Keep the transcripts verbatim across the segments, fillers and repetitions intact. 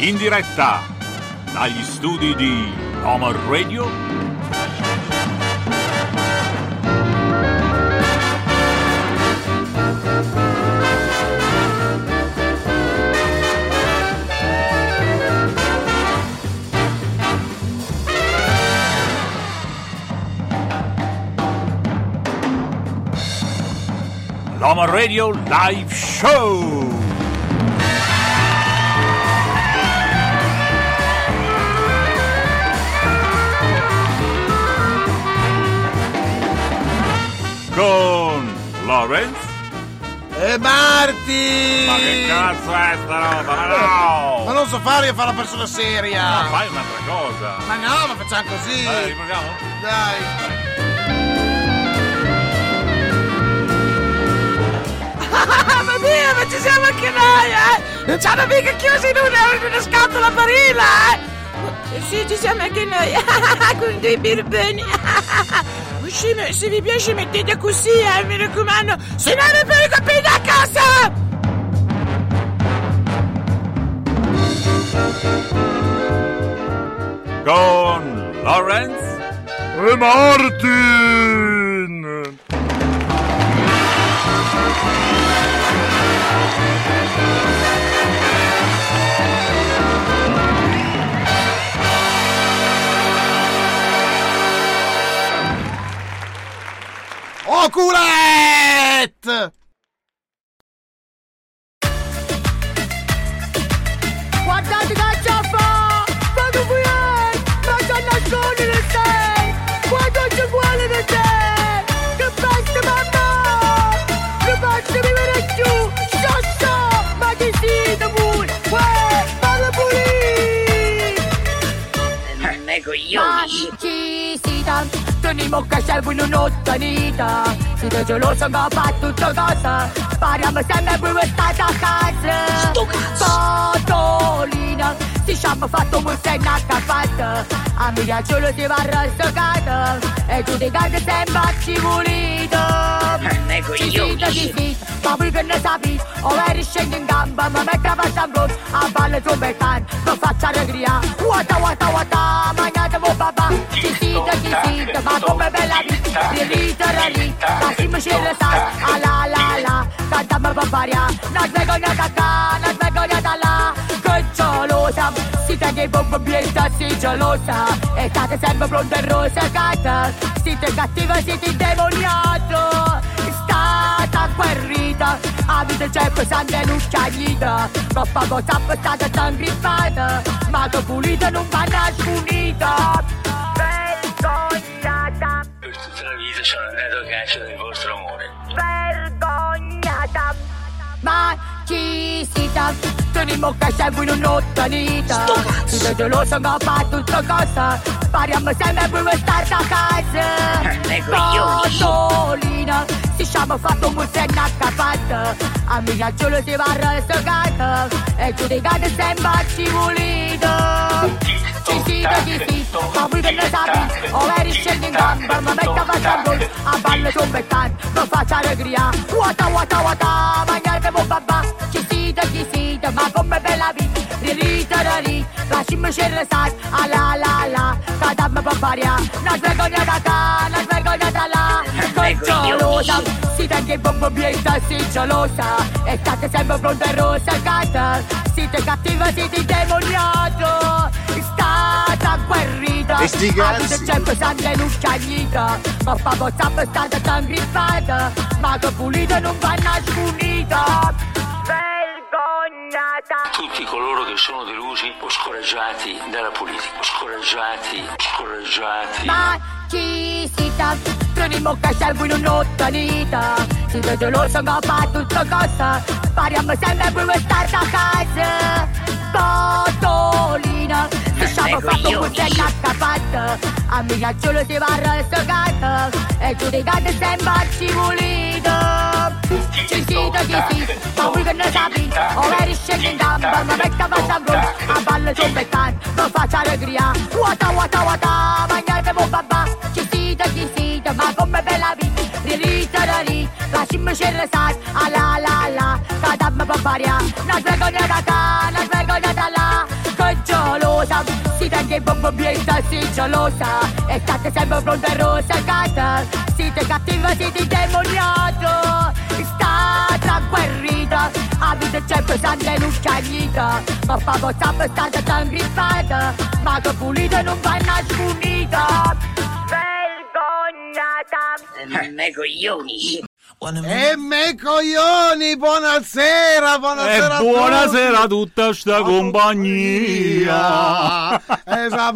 In diretta dagli studi di Omar Radio. Omar Radio Live Show. Con Lorenz e Marti. Ma che cazzo è sta roba? Ma no! Ma non so fare, io fare la persona seria. No, fai un'altra cosa. Ma no, ma facciamo così. Allora, riproviamo? Dai. Mamma mia, ma ci siamo anche noi, eh! Non ci hanno mica chiusi in una, in una scatola barilla, eh! Sì, ci siamo anche noi, con dei birboni. Sì, se vi piace mettete così, eh, mi raccomando, se no non ve lo capite a casa! Con Lorenz e Martin. Oculette! Guardate che già fa! Quando vuoi, ma c'è nascondere sei! Quando c'è uguale da te! Che basta mamma! Che basta vivere giù! So so! Ma che si da vuoi! Uè! Parla pulì! Non è coglioni! Ma ci si dà! Tenimo che serve in un'ottanita. Siete geloso che fa tutta cosa. Spariamo sempre per stare a casa. Sto cazzo. Patolina, si siamo fatto un segno accappato. A me piacciono si va rassicata. E giudicate sempre ci volete. Non è coglioni. Ci siete, ma voi che ne sapete. Ovvero scendo in gamba, mi metto a fare blues. A balle trombettan, mi faccio allegria. Wata wata wata, mangiate papà. Ci siete, ci siete, ma come bella vita. Ririta, rarita, la si mi scende sa. A la la la, cantiamo paparia. Non vergognata qua, non vergognata là. Che gelosa, siete che bomba bietta, si gelosa. E state sempre pronte e rosicata. Siete cattiva, siete indemoniato. State agguerrita, avete c'è pesante e non cagnita. Troppa cosa state tan grippata. Ma che pulita non va nascondita. Vergognata. Per tutta la vita sono andato a caccia del vostro amore. Vergognata. Ma ci siete? Tenimo che serve in un'ottanita. Siete geloso che fa tutta cosa. Spariamo sempre per stare a casa. Patolina, si siamo fatto un segno accappato. A me piacciono si va rassicata. E giudicate sempre ci volete. Ci siete, ci siete, ma voi che ne sapete. Ovvero scendo in gamba, mi metto a fare blues. A balle trombettan, mi faccio allegria. Wata wata wata, mangiate papà. Ci siete, ci siete, ma come bella vita. Ririta, rarita, lasciami scendere sai. A la la la, cadammo paparia. Non vergognata qua, non vergognata là. Che gelosa, siete anche bomba bietta, si gelosa. E state sempre pronte e rosicata. Siete cattiva, siete indemoniato. State agguerrita. E sti cazzi. Avete c'è pesante e non cagnita. Ma fa WhatsApp state tan grippata. Ma che pulita non va nascondita. Vergognata. Tutti coloro che sono delusi o scoraggiati dalla politica. Scoraggiati, scoraggiati. Ma ci siete? Tenimo che serve in un'ottanita. Siete geloso che fa tutta cosa. Spariamo sempre per stare a casa. Patolina, si siamo fatto un segno accappato. A me piacciono si va rassicata. E giudicate sempre ci volete. Ci siete, ci siete, ma voi che ne sapete. Ovvero scendo in gamba, mi metto a fare blues. A balle trombettan, mi faccio allegria. Wata wata wata, mangiate papà. Ci siete, ci siete, ma come bella vita. Ririta, rarita, lasciami scendere sai. A la la la, cadammo paparia. Non vergognata qua, non vergognata là. siete anche poco bietta, sì, gelosa. E state sempre pronte a rosacata. Siete cattiva, siete demoniato. Sta tranquillita. Avete sempre sangue lucciagnita. Ma papà sempre stata tan grippata. Ma che pulita non va nascondita. Vergognata. Me coglioni. E me coglioni, buonasera, buonasera E a buonasera a tutti. tutta sta compagnia. Esa,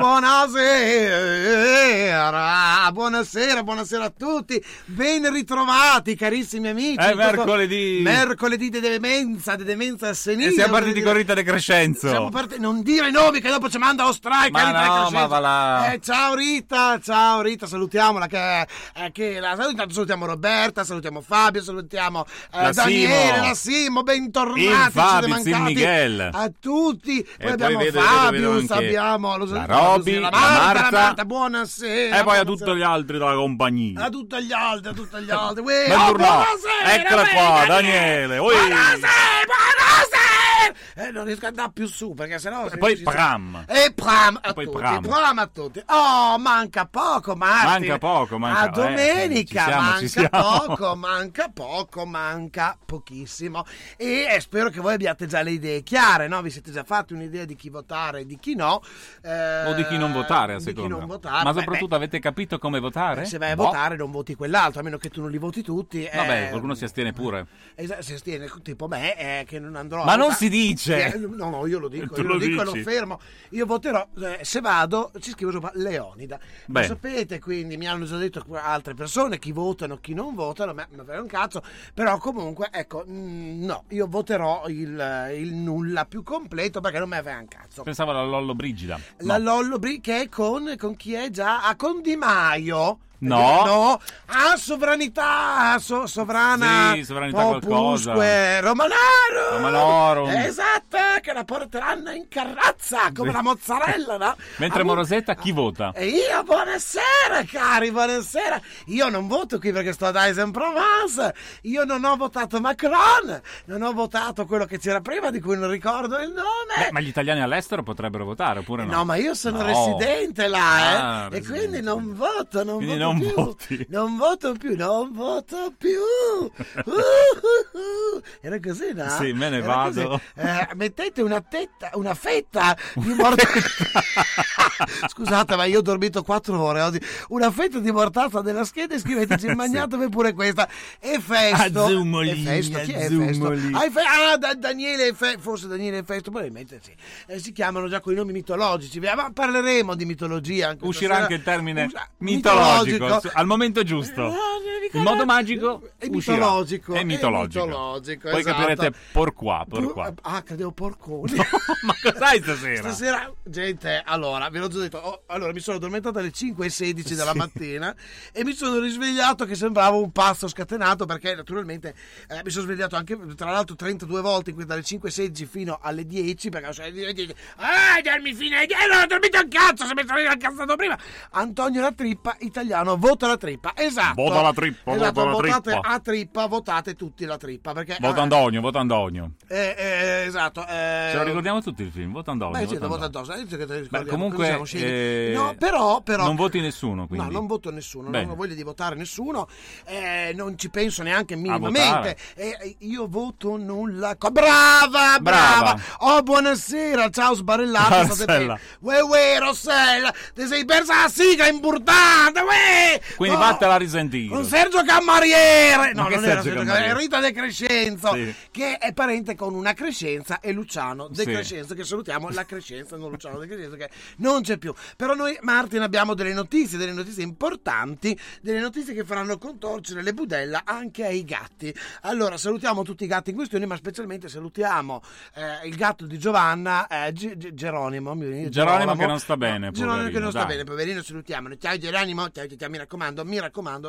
buonasera, buonasera, buonasera a tutti. Ben ritrovati, carissimi amici. È in questo mercoledì. Mercoledì di demenza, di demenza senile. E siamo partiti con Rita De Crescenzo. Siamo partiti, non dire i nomi che dopo ci manda lo strike. Ma Rita De no, Crescenzo. ma va là. Eh, ciao Rita, ciao Rita, salutiamola che, eh, che la salutiamo, salutiamo Roberta, salutiamo Fabio, salutiamo eh, La Daniele, Simo. la Simo, bentornati, Il ci Fabio, siete il mancati Miguel. a tutti. Poi poi abbiamo vedo, vedo, Fabio, vedo anche abbiamo lo, la lo- Roby, la la Marta, Marta. la Marta, buonasera. E poi a buonasera. tutti gli altri della compagnia. A tutti gli altri, a tutti gli altri. Uè, Buongiorno. oh, buonasera, Eccola beh, qua, Daniele. Ui. Buonasera, buonasera. Eh, non riesco ad andare più su perché sennò... E poi Pram. E pram a poi tutti, pram. pram a tutti. Oh, manca poco, Martin. Manca poco, manca- A eh, domenica, ci siamo, manca ci siamo. poco, manca poco, manca pochissimo. E eh, spero che voi abbiate già le idee chiare, no? Vi siete già fatti un'idea di chi votare e di chi no. Eh, O di chi non votare, a di seconda. chi non votare. Ma Beh, soprattutto avete capito come votare? beh, se vai a Boh. votare non voti quell'altro, a meno che tu non li voti tutti. eh, Vabbè, qualcuno si astiene pure. Esatto, si astiene, tipo me, eh, che non andrò a Ma non votare. si dice. Eh, no, no, io lo dico, Tu io lo, lo dico e dici. lo fermo. Io voterò, eh, se vado, ci scrivo sopra Leonida. Beh. Lo sapete, quindi mi hanno già detto altre persone, chi votano, chi non votano, ma mi frega un cazzo. Però comunque, ecco, mh, no, io voterò il, il nulla più completo perché non me ne frega un cazzo. Pensavo alla Lollo Brigida. La No. Lollo Bri che è con, con chi è già? Ah, con Di Maio. No. No, ah, sovranità, so- sovrana, Sì, sovranità qualcosa. Popusque, Romanaro, Romanorum. esatto, che la porteranno in carrozza come Sì. la mozzarella, no? Mentre Ah, Morosetta chi vota? E io, buonasera cari, buonasera. Io non voto qui perché sto ad Aix-en-Provence. Io non ho votato Macron, non ho votato quello che c'era prima di cui non ricordo il nome. Beh, ma gli italiani all'estero potrebbero votare oppure no? No, ma io sono No. residente là, eh. Ah, e residente. quindi non voto, non Quindi voto non più. voti. Non voto più, non voto più. Uh, uh, uh. Era così, no? Sì, me ne Era vado. così. Eh, mettete una tetta, una fetta di mortazza. Scusate, ma io ho dormito quattro ore oggi. Una fetta di mortazza della scheda e scriveteci mangiatevi pure questa. E Festo. Azzumoli, E Festo, chi è azzumoli. Festo? Ah, è Fe- ah, Da- Daniele e Fe- forse Daniele e Festo, probabilmente sì. Eh, si chiamano già con i nomi mitologici. Ma parleremo di mitologia anche Uscirà stasera. anche il termine Usa- mitologico, mitologico. al momento giusto. Eh, In modo magico è uscirà. mitologico. È mitologico. mitologico, Poi esatto. capirete por qua, por qua. Ah, credevo porconi. Ma cos'hai stasera? Stasera, gente, allora, ve l'ho già detto, oh, allora mi sono addormentato alle cinque e sedici della Sì. mattina e mi sono risvegliato che sembravo un pazzo scatenato perché naturalmente eh, mi sono svegliato anche, tra l'altro, trentadue volte, quindi dalle cinque e sedici fino alle dieci, perché sono alle dieci, ah, dormi fino alle dieci, non ho dormito un cazzo, se mi sono incazzato prima. Antonio La Trippa, italiano, vota La Trippa, esatto. Vota La Trippa, esatto, vota La votate Trippa. a Trippa, votate tutti La Trippa, perché... Vota Antonio, vota Antonio. Eh, eh, esatto. Eh, Ce lo ricordiamo tutti il film, vota Antonio. Beh, vota sì, lo vota Antonio. addosso. Dice che te lo Beh, ricordiamo, comunque, così siamo scemi. eh, no, però, però non voti nessuno, quindi. No, non voto nessuno, Bene. non ho voglia di votare nessuno, eh, non ci penso neanche votare. minimamente. Eh, io voto nulla. Co- brava, brava, Brava. Oh, buonasera, ciao sbarellata. State Rossella. bene. Uè, uè, Rossella, ti sei persa la sigla importante, uè. Quindi Oh, vattela a risentire. Con Sergio Cammariere. Ma No, che non era Sergio Sergio Cammariere? Cammariere, Rita De Crescenzo, Sì. che è parente con una Crescenza e Luciano De Sì. Crescenzo, che salutiamo, la Crescenza, non Luciano De Crescenzo, che non c'è più. Però noi, Martin, abbiamo delle notizie, delle notizie importanti, delle notizie che faranno contorcere le budella anche ai gatti. Allora, salutiamo tutti i gatti in questione, ma specialmente salutiamo eh, il gatto di Giovanna, eh, G- G- Geronimo. mi- Geronimo che non sta bene, Geronimo che poverino, non sta dai. bene, poverino, salutiamo. Ciao Geronimo, ciao, ciao, ciao, mi raccomando, mi raccomando.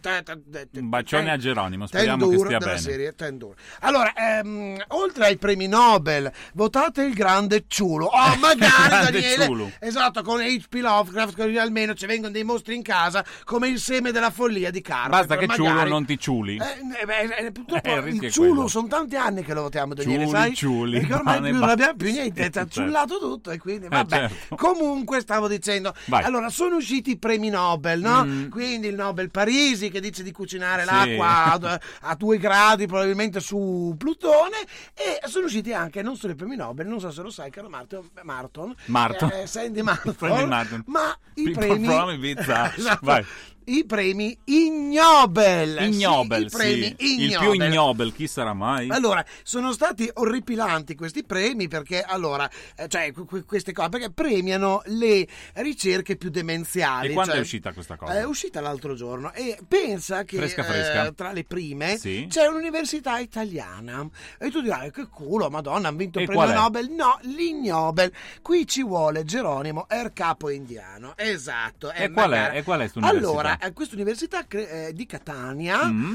te, te, te, te, un bacione te, a Geronimo, speriamo che stia bene. Serie, allora, ehm, oltre ai premi Nobel, votate il grande Ciulo. Oh, magari Daniele, Ciulo. esatto, con H P Lovecraft, così almeno ci vengono dei mostri in casa come il seme della follia di Carpenter. Basta che magari. Ciulo non ti ciuli. Eh, beh, eh, purtroppo Eh, il Ciulo sono tanti anni che lo votiamo, Daniele, ciuli, sai? Ciuli, perché ormai più non abbiamo più niente, ci ha certo. ciullato tutto e quindi vabbè. Eh, certo. Comunque stavo dicendo, Vai. allora sono usciti i premi Nobel, no? Mm. Quindi il Nobel Parisi che dice di cucinare Sì. l'acqua a, a due gradi probabilmente su Plutone, e sono usciti anche non solo i premi Nobel, non so se lo sai caro Martin, Martin, Martin. Eh, Sandy Martin, Sandy Martin. ma i People premi from Ibiza. Esatto. Vai. I premi Ignobel. Ignobel, sì, i premi sì. Il Ignobel. più ignobel, chi sarà mai? Allora, sono stati orripilanti questi premi perché, allora, eh, cioè, que- queste cose, perché premiano le ricerche più demenziali. E quando cioè, è uscita questa cosa? È uscita l'altro giorno e pensa che Fresca, fresca. eh, tra le prime Sì. c'è un'università italiana. E tu dirai, che culo, madonna, hanno vinto il E premio qual è? Nobel. No, l'Ignobel. Qui ci vuole Geronimo, er capo indiano. Esatto. E qual è? E qual è questa università? Allora, eh, questa università cre- eh, di Catania Mm.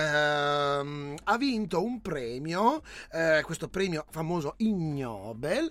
ehm, ha vinto un premio, eh, questo premio famoso Ignobel.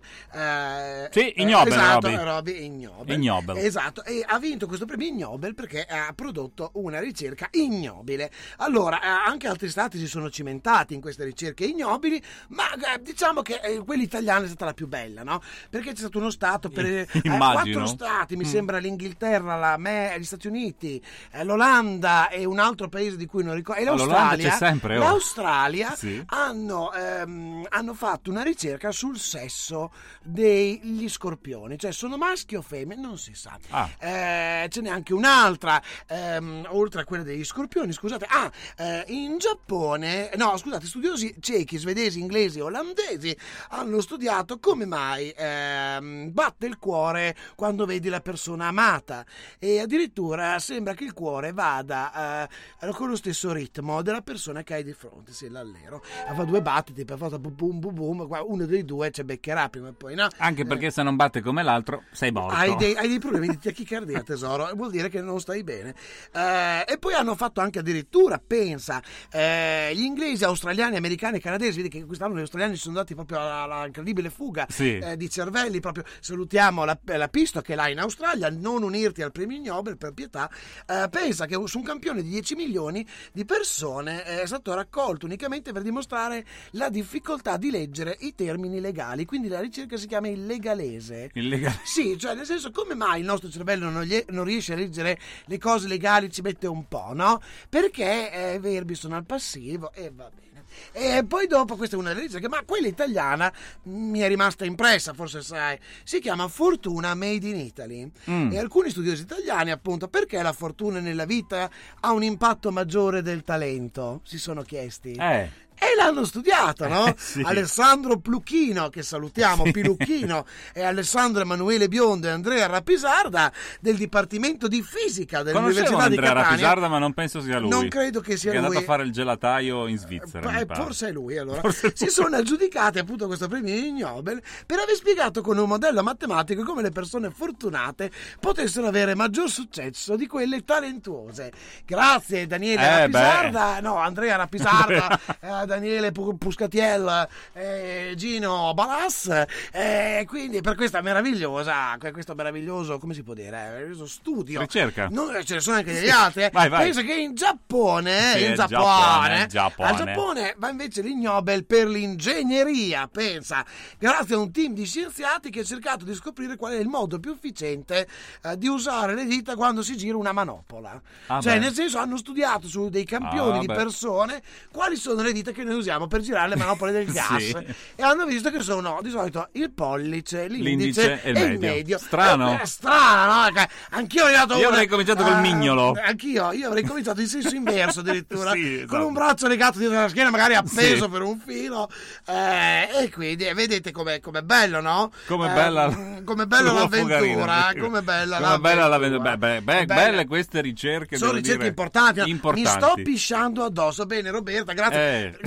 Eh, Sì, Ignobel, eh, esatto, Roby. Roby, Ignobel. Ignobel. Esatto, e ha vinto questo premio Ignobel perché ha prodotto una ricerca ignobile. Allora, eh, anche altri stati si sono cimentati in queste ricerche ignobili, ma eh, diciamo che eh, quella italiana è stata la più bella, no? Perché c'è stato uno stato per eh, Immagino. quattro stati, mi Mm. sembra l'Inghilterra, la Me- gli Stati Uniti, eh, l'Olanda e un altro paese di cui non ricordo, e L'Olanda l'Australia. c'è sempre, oh. L'Australia Sì. hanno, ehm, hanno fatto una ricerca sul sesso degli scorpioni, cioè sono maschi o femmine, non si sa. Ah. Eh, ce n'è anche un'altra, ehm, oltre a quella degli scorpioni, scusate. Ah, eh, in Giappone, no, scusate, studiosi cechi, svedesi, inglesi e olandesi hanno studiato come mai ehm, batte il cuore quando vedi la persona amata, e addirittura sembra che il cuore vada eh, con lo stesso ritmo della persona che hai di fronte. Sì, l'allero fa due battiti, per forza boom boom boom boom, uno dei due ci beccherà prima e poi no. Anche perché se non batte come l'altro sei morto. Hai dei, hai dei problemi di tachicardia, tesoro, vuol dire che non stai bene. Eh, e poi hanno fatto anche addirittura, pensa, eh, gli inglesi, australiani, americani e canadesi, vedi che quest'anno gli australiani sono dati proprio alla, alla incredibile fuga Sì. eh, di cervelli, proprio salutiamo la, la Pisto che è là in Australia, non unirti al premio Nobel per pietà. Eh, pensa che su un campione di dieci milioni di persone è stato raccolto unicamente per dimostrare la difficoltà di leggere i termini legali, quindi la ricerca si chiama il legalese. Illegale. Sì, cioè nel senso, come mai il nostro cervello non, gli- non riesce a leggere le cose legali, ci mette un po', no? Perché eh, i verbi sono al passivo e va bene. E poi dopo, questa è una delle ricerche, ma quella italiana mi è rimasta impressa, forse sai, si chiama Fortuna Made in Italy. Mm. E alcuni studiosi italiani, appunto, perché la fortuna nella vita ha un impatto maggiore del talento? Si sono chiesti. Eh. E l'hanno studiato, no? Eh, sì. Alessandro Pluchino, che salutiamo, Pilucchino, e Alessandro Emanuele Biondo e Andrea Rapisarda del Dipartimento di Fisica Conoscevo dell'Università di Andrea Catania. Rapisarda, ma non penso sia lui. Non credo che sia Che è lui. andato a fare il gelataio in Svizzera. Eh, mi pare. forse è lui, allora. Forse è Si lui. sono aggiudicati appunto questo premio Nobel per aver spiegato con un modello matematico come le persone fortunate potessero avere maggior successo di quelle talentuose. Grazie Daniele Eh, Rapisarda, no, Andrea Rapisarda, eh, Daniele Pu- Puscatiel, eh, Gino Balas, eh, quindi per questa meravigliosa, questo meraviglioso, come si può dire, eh, meraviglioso studio. Ricerca. No, ce ne sono anche degli altri. eh. Vai, vai. Pensa che in Giappone, Sì, in Giappone, Giappone, Giappone. al Giappone va invece l'Ignobel per l'ingegneria, pensa, grazie a un team di scienziati che ha cercato di scoprire qual è il modo più efficiente eh, di usare le dita quando si gira una manopola. Ah, cioè, beh. nel senso, hanno studiato su dei campioni Ah, di beh. persone quali sono le dita che noi usiamo per girare le manopole del gas. Sì. E hanno visto che sono di solito il pollice, l'indice, L'indice e il e il medio. medio. Strano. Eh, strano, no? Che Anch'io ho dato Io una- avrei cominciato col eh, mignolo. Anch'io, io avrei cominciato in senso inverso addirittura, Sì, esatto. con un braccio legato dietro la schiena, magari appeso Sì. per un filo, eh, e quindi eh, vedete com'è, com'è bello, no? Come Eh, bella, come bella Come l'avventura, fogarina, sì. come bella Come bella l'avventura. l'avventura. Beh, beh, Bella. belle queste ricerche. Sono devo ricerche dire, importanti, no? importanti. Mi sto pisciando addosso. Bene, Roberta, grazie. Eh. Non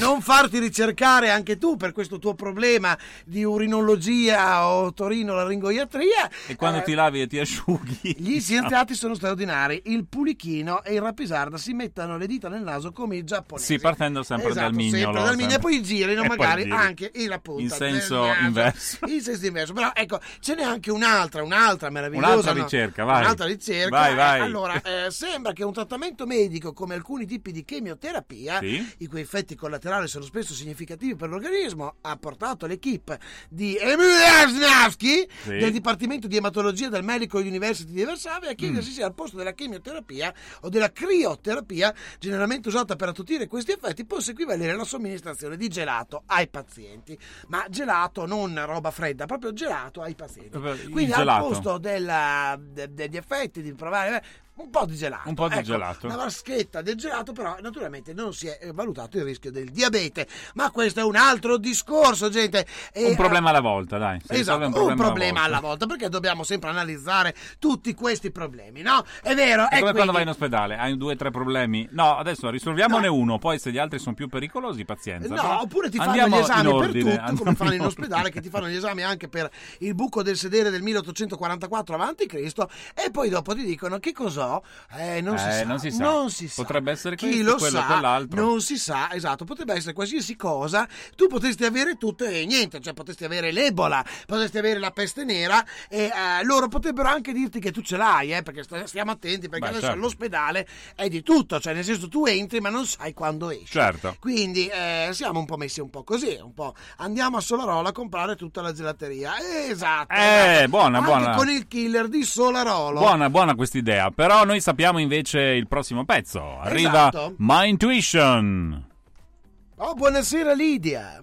non farti ricercare anche tu per questo tuo problema di urinologia o torinolaringoiatria. E quando eh, ti lavi e ti asciughi. Gli scienziati sono straordinari. Il pulichino e il rapisarda si mettano le dita nel naso come i giapponesi. Sì, partendo sempre esatto, dal mignolo. sempre dal mignolo, e poi girino E poi magari giri. anche in la punta In senso del naso. inverso. In senso inverso. Però ecco, ce n'è anche un'altra, un'altra meravigliosa. Un'altra no? ricerca, vai. Un'altra ricerca. Vai, vai. Allora, eh, sembra che un trattamento medico come alcuni tipi di chemioterapia, Sì. i cui effetti collaterali sono spesso significativi per l'organismo, ha portato l'equipe di Emil Jasnavsky Sì. del Dipartimento di Ematologia del Medical University di Varsavia a chiedersi Mm. se al posto della chemioterapia o della crioterapia, generalmente usata per attutire questi effetti, possa equivalere la somministrazione di gelato ai pazienti. Ma gelato non roba fredda, proprio gelato ai pazienti. Il Quindi al gelato. posto della- de- degli effetti di provare un po' di gelato. Un po' di Ecco, gelato. Una vaschetta del gelato, però naturalmente non si è valutato il rischio del diabete. Ma questo è un altro discorso, gente. E, Un problema alla volta, dai. Si Esatto, risolve un un problema, problema, alla volta, perché dobbiamo sempre analizzare tutti questi problemi, no? È vero, È e come quando quindi- vai in ospedale, hai due o tre problemi. No, adesso risolviamone No. uno, poi se gli altri sono più pericolosi, pazienza. No, Però oppure ti fanno andiamo gli esami in per ordine, tutto, andiamo come fanno in ordine. ospedale, che ti fanno gli esami anche per il buco del sedere del milleottocentoquarantaquattro avanti Cristo, e poi dopo ti dicono che cos'ho? Eh, non, si Eh, sa, non si sa. non si sa. Potrebbe essere Chi questo, lo quello, sa, quell'altro. non si sa, esatto, potrebbe essere qualsiasi cosa, tu potresti avere tutto e niente, cioè potresti avere l'Ebola, potresti avere la peste nera, e eh, loro potrebbero anche dirti che tu ce l'hai, eh, perché st- stiamo attenti, perché Beh, adesso certo. all'ospedale è di tutto, cioè nel senso tu entri ma non sai quando esci. Certo. Quindi eh, siamo un po' messi un po' così, un po' andiamo a Solarola a comprare tutta la gelateria. Esatto. Eh, esatto. buona, Anche buona. con il killer di Solarolo. Buona, buona questa idea. Però noi sappiamo invece il prossimo pezzo. Arriva Esatto. My Intuition. Oh, buonasera Lidia.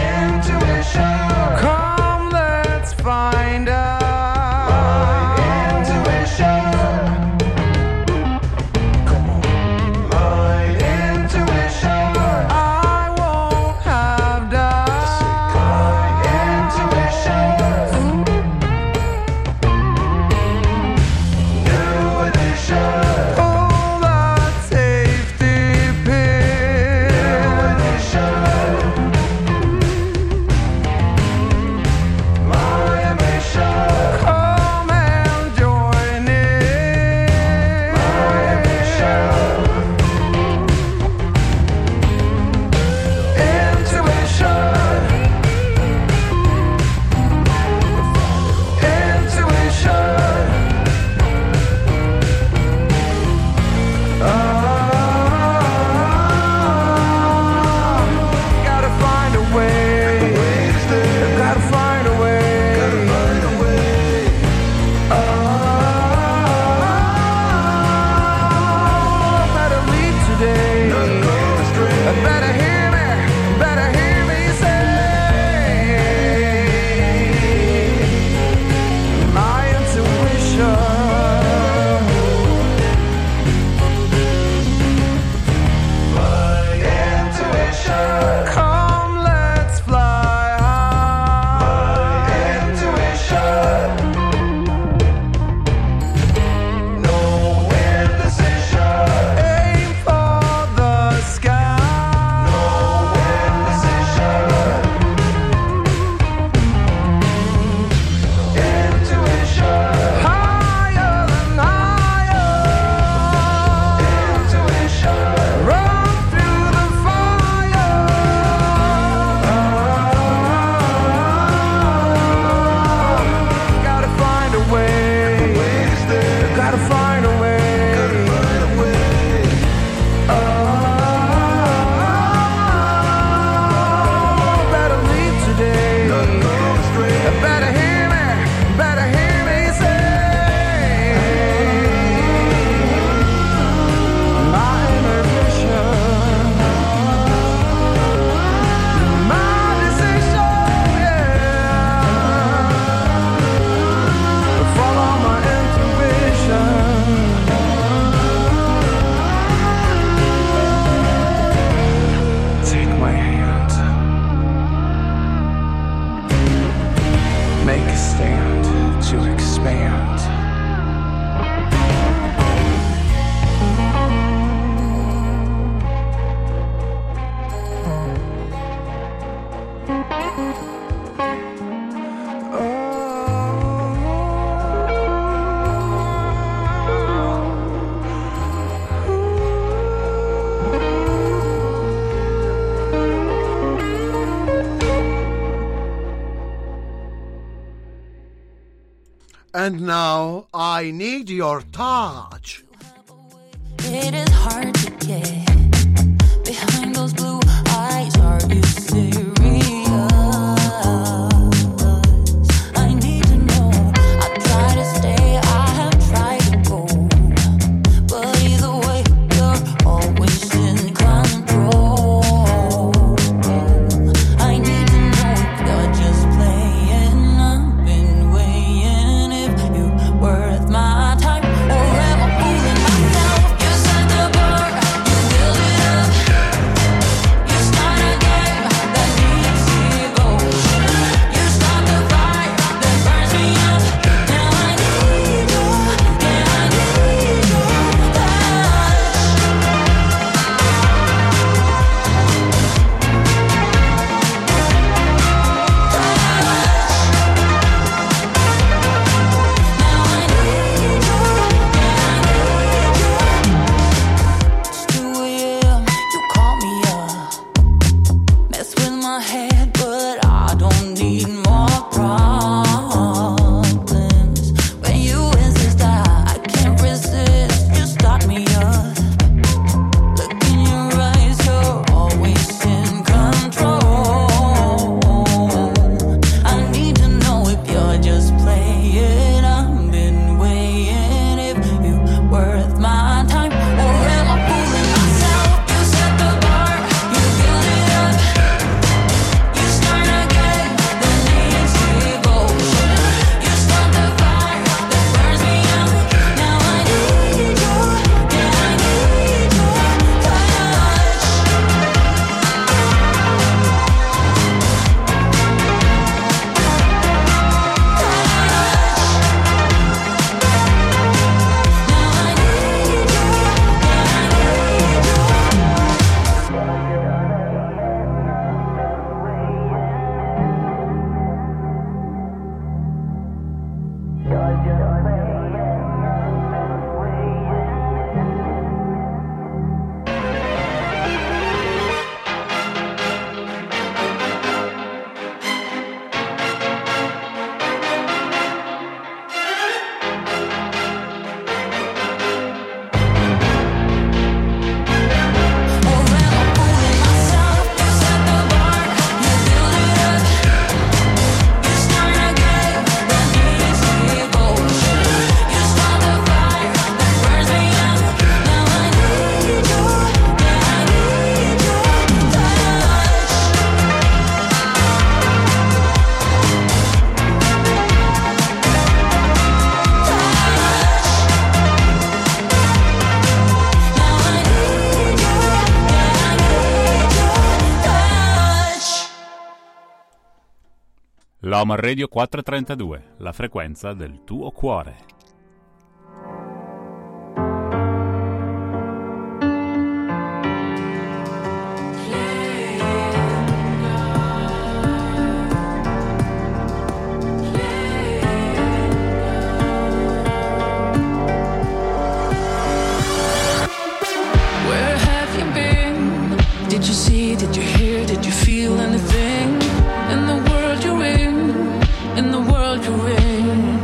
Come, let's find out. And now I need your touch. It is hard to get behind those blue eyes. Are you serious? I need to know. I try to stay, I have tried to go, but either way, you're always in control. I need to know if you're just playing. I've been weighing if you're worth my time, or am I fooling myself? You set the bar, you build it up. You start a game that needs devotion. You start the fire that burns me up. Now I need you, yeah, I need you. two a.m. You call me up, mess with my head, but I don't need more problems. When you insist, I can't resist. You start me up. Look in your eyes, you're always in control. I need to know if you're just playing. I've been weighing if you're worth my time, or am I fooling myself? You set the bar, you build it up. You start a game that needs devotion. You start the fire that burns me up. Now I need you, yeah, I need your touch. L'Omar Radio quattrocentotrentadue, la frequenza del tuo cuore. Where have you been? Did you see, did you hear, did you feel anything? In the world you're in, in the world you're in.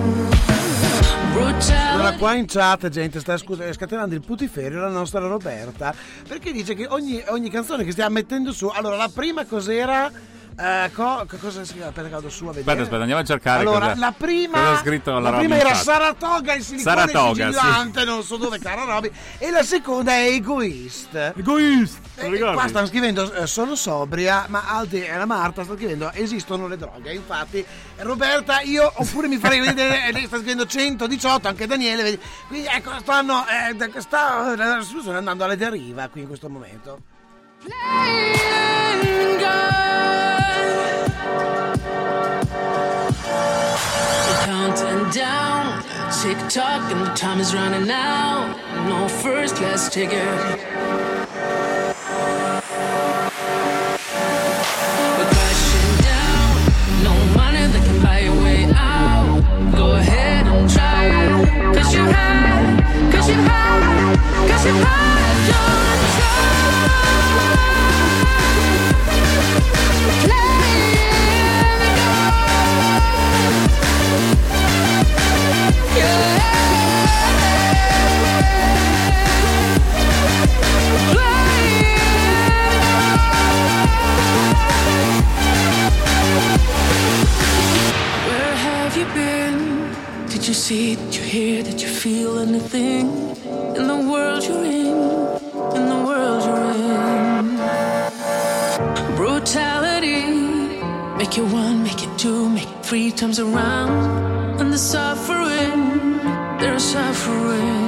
Allora qua in chat gente sta scu- scatenando il putiferio la nostra Roberta, perché dice che ogni, ogni canzone che stiamo mettendo su, allora la prima cos'era? Uh, co- cosa si chiama? Aspetta che vado su a vedere. Aspetta, aspetta, andiamo a cercare. Allora, cosa, la prima, cosa ha scritto la, la prima Robin era chat. Saratoga, il silicone Saratoga, sigillante, sì. non so dove, cara Roby. E la seconda è Egoist. Egoist, E, e qua stanno scrivendo eh, sono sobria, ma Aldi e la Marta stanno scrivendo esistono le droghe. Infatti, Roberta, io oppure mi farei vedere, lei sta scrivendo centodiciotto, anche Daniele. Vedi. Quindi ecco, stanno, eh, sta, la situazione andando alla deriva qui in questo momento. Playing God. We're counting down, tick tock, and the time is running out. No first class ticket. We're crashing down, no money that can buy your way out. Go ahead and try, cause you had, cause you had, cause you had your time. Playing God. immortality. Make it one, make it two, make it three times around. And the suffering, they're suffering.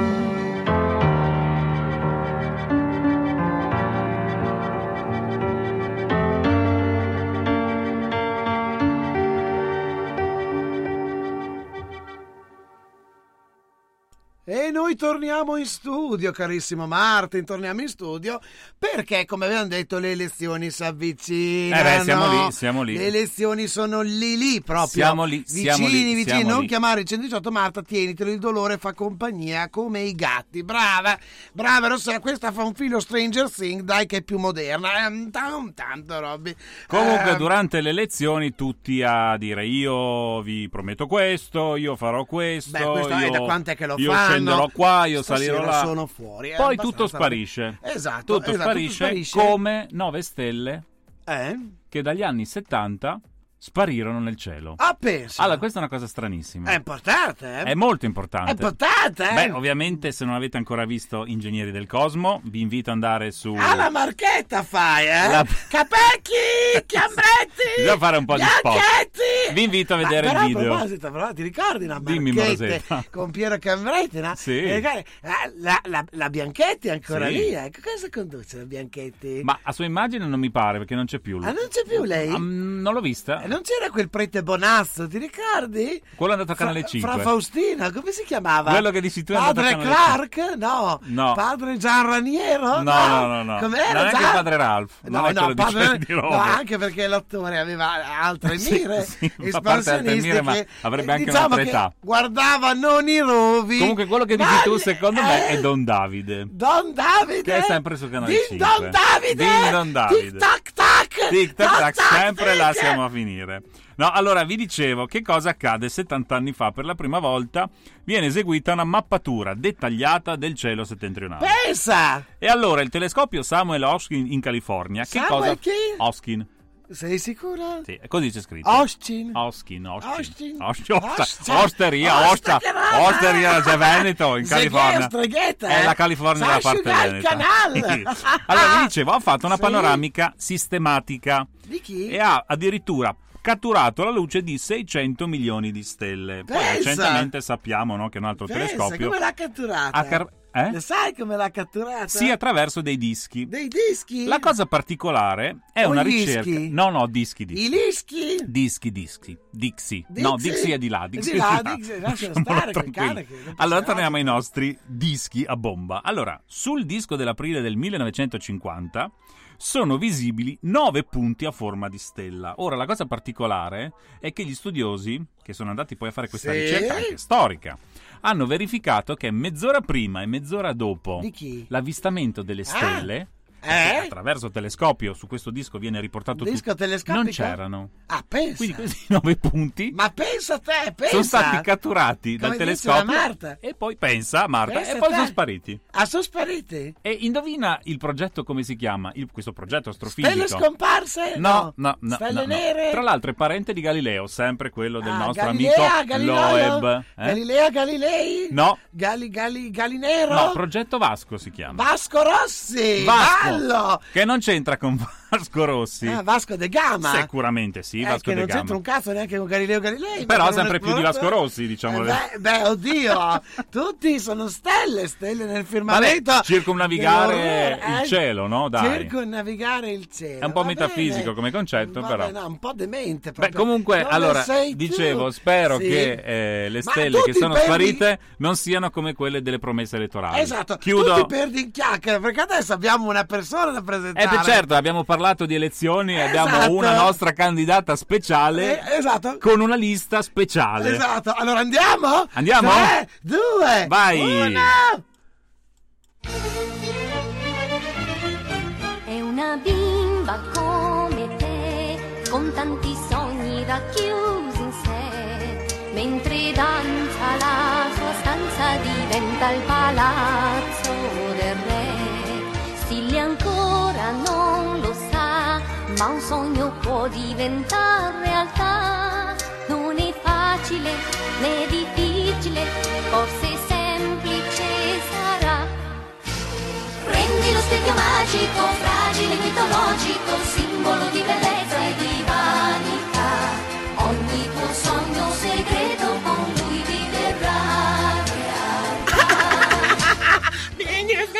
E noi torniamo in studio, carissimo Martin, torniamo in studio perché, come abbiamo detto, le elezioni si avvicinano. Eh beh, siamo lì, siamo lì. Le elezioni sono lì lì proprio. Siamo lì, vicini, siamo lì, vicini. siamo Non lì. chiamare il centodiciotto, Marta, tienitelo, il dolore fa compagnia come i gatti. Brava, brava Rossella, questa fa un filo Stranger Things, dai, che è più moderna. Eh, tanto, tanto, Robby. Comunque Eh, durante le elezioni tutti a dire io vi prometto questo, io farò questo, Beh, questo è io, da quant'è che lo io fanno? scenderò qua, io Stasera salirò là. sono fuori. è Poi abbastanza- tutto sparisce. Esatto, Tutto, esatto, sparisce, tutto sparisce. come nove stelle Eh? che dagli anni settanta sparirono nel cielo. Ah, pensa. Allora, questa è una cosa stranissima. È importante, eh? È molto importante. È importante, eh? Beh, ovviamente, se non avete ancora visto Ingegneri del Cosmo, vi invito ad andare su... Ah, la marchetta fai, eh? La- Capecchi, Chiambretti, Bisogna fare un po' di spot. Bianchetti. Vi invito a Ma vedere però, il video. A proposito, però, ti ricordi una Dimmi, marchetta Rosetta. con Piero Chiambretti, no? Sì. E ricordi, la, la, la, la Bianchetti è ancora Sì. lì, eh? Che cosa conduce la Bianchetti? Ma a sua immagine non mi pare, perché non c'è più lui. Ah, non c'è più lei? Ah, mm, non l'ho vista. Eh, non c'era quel prete Bonazzo, ti ricordi? Quello è andato a Fra- Canale cinque. Fra Faustina, come si chiamava? Quello che dici tu è andato a Padre Canale Clark? No. No. Padre Gian Raniero? No, no, no, no. Com'era? Non è Gian- che Padre Ralph, non No, è no, quello di padre... Cieli di Roma. no, anche perché l'attore aveva altre Sì, mire sì, a parte altre mire, ma espansionistiche, avrebbe eh, anche diciamo un'altra che età. guardava non i rovi. Comunque quello che dici ma- tu, secondo me, eh, è Don Davide. Don Davide, Che è sempre su Canale Din cinque. Don Davide, Din Don Davide. Tic tac tac, Tic tac tac, sempre tic. là siamo a finire. No, allora vi dicevo che cosa accade settanta anni fa. Per la prima volta viene eseguita una mappatura dettagliata del cielo settentrionale. Pensa! E allora il telescopio Samuel Hoskin in California, che Samuel cosa? chi? Hoskin. Sei sicuro? Sì, così c'è scritto. Austin. Hoskin, Hoskin. Austin. Hostin. Austin. Osteria, Osta Osta, che roba! Osteria, c'è Veneto in Zeghe, California. streghetta, È eh? la California Sai della parte asciugare il veneta. canale. Allora vi dicevo, ha fatto una Sì. panoramica sistematica Di chi? e ha addirittura catturato la luce di seicento milioni di stelle. Poi Pensa. recentemente sappiamo, no, che un altro Pensa, telescopio come l'ha catturata? ha car- eh? Le sai come l'ha catturata? sì, attraverso dei dischi. Dei dischi? La cosa particolare è O una gli ricerca. ischi? No, no, dischi, dischi. I dischi? Dischi, dischi, Dixie. Dixie? No, Dixie è di là. È Dixie di là, è di là. Dixie, lascialo Lasciamolo stare quel tranquillo. cane che non Allora passa torniamo ai altro. nostri dischi a bomba. Allora, sul disco dell'aprile del millenovecentocinquanta sono visibili nove punti a forma di stella. Ora, la cosa particolare è che gli studiosi, che sono andati poi a fare questa Sì? ricerca anche storica, hanno verificato che mezz'ora prima e mezz'ora dopo Di chi? l'avvistamento delle stelle, Eh? che attraverso il telescopio su questo disco viene riportato Disco tutto, telescopico? non c'erano. Ah, pensa. Quindi questi nove punti Ma pensa a te, pensa. sono stati catturati Come dal dice la telescopio Marta. e poi pensa Marta Pensa e a poi te. sono spariti. Ah, sono spariti? E indovina il progetto come si chiama? Il- questo progetto astrofisico. Stelle scomparse? No, no, no. Stelle no, no. nere? Tra l'altro è parente di Galileo, sempre quello del Ah, nostro Galilea, amico Galileo? Loeb. Eh? Galilea Galilei? No. Gali, Gali, Galinero? No, Progetto Vasco si chiama. Vasco Rossi! Vasco, Ballo! che non c'entra con Vasco Rossi. Ah, Vasco de Gama? Sicuramente sì, Eh, Vasco che de non Gama. c'entra un cazzo neanche con Galileo Galilei. Però ma con sempre un più di Vasco esploratore. Rossi, diciamo. Eh, beh, beh, oddio, tutti sono stelle, stelle nel firmamento. Vabbè, circumnavigare Dell'orrore, il cielo, no? Dai. Circumnavigare il cielo. È un po' va metafisico bene. come concetto, Va però. bene, no, un po' demente Beh, proprio. comunque, Come allora, sei tu? dicevo, spero Sì. che eh, le Ma stelle tu che ti sono perdi- sparite non siano come quelle delle promesse elettorali. Esatto, Chiudo. tu ti perdi in chiacchiere perché adesso abbiamo una persona da presentare. Eh beh, certo, abbiamo parlato di elezioni e abbiamo Esatto. una nostra candidata speciale Eh, esatto. con una lista speciale. Esatto, allora andiamo? Andiamo? tre, due, Vai. uno. È una bimba come te, con tanti sogni racchiusi in sé, mentre danza la sua stanza diventa il palazzo del re. Stile ancora non lo sa, ma un sogno può diventare realtà. Non è facile né difficile, forse semplice sarà. Prendi lo specchio magico, fragile, mitologico, simbolo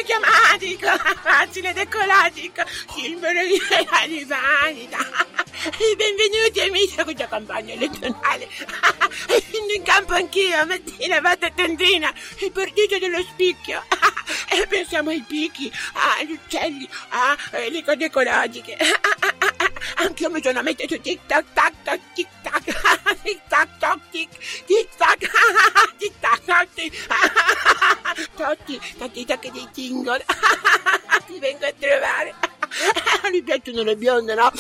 specchio magico, facile ed ecologico, simbolo di vanità. Benvenuti amici a questa campagna elettorale. Scendo in campo anch'io, mattina vado a tendina, il partito dello spicchio. E pensiamo ai picchi, agli uccelli, alle cose ecologiche. Anche io mi sono messo su tic tac tac tac tic tac tic tac toc tic tic tac tic tac toc tic Totti, tanti tacchi dei jingle. Ti vengo a trovare. Mi piacciono le bionde, no?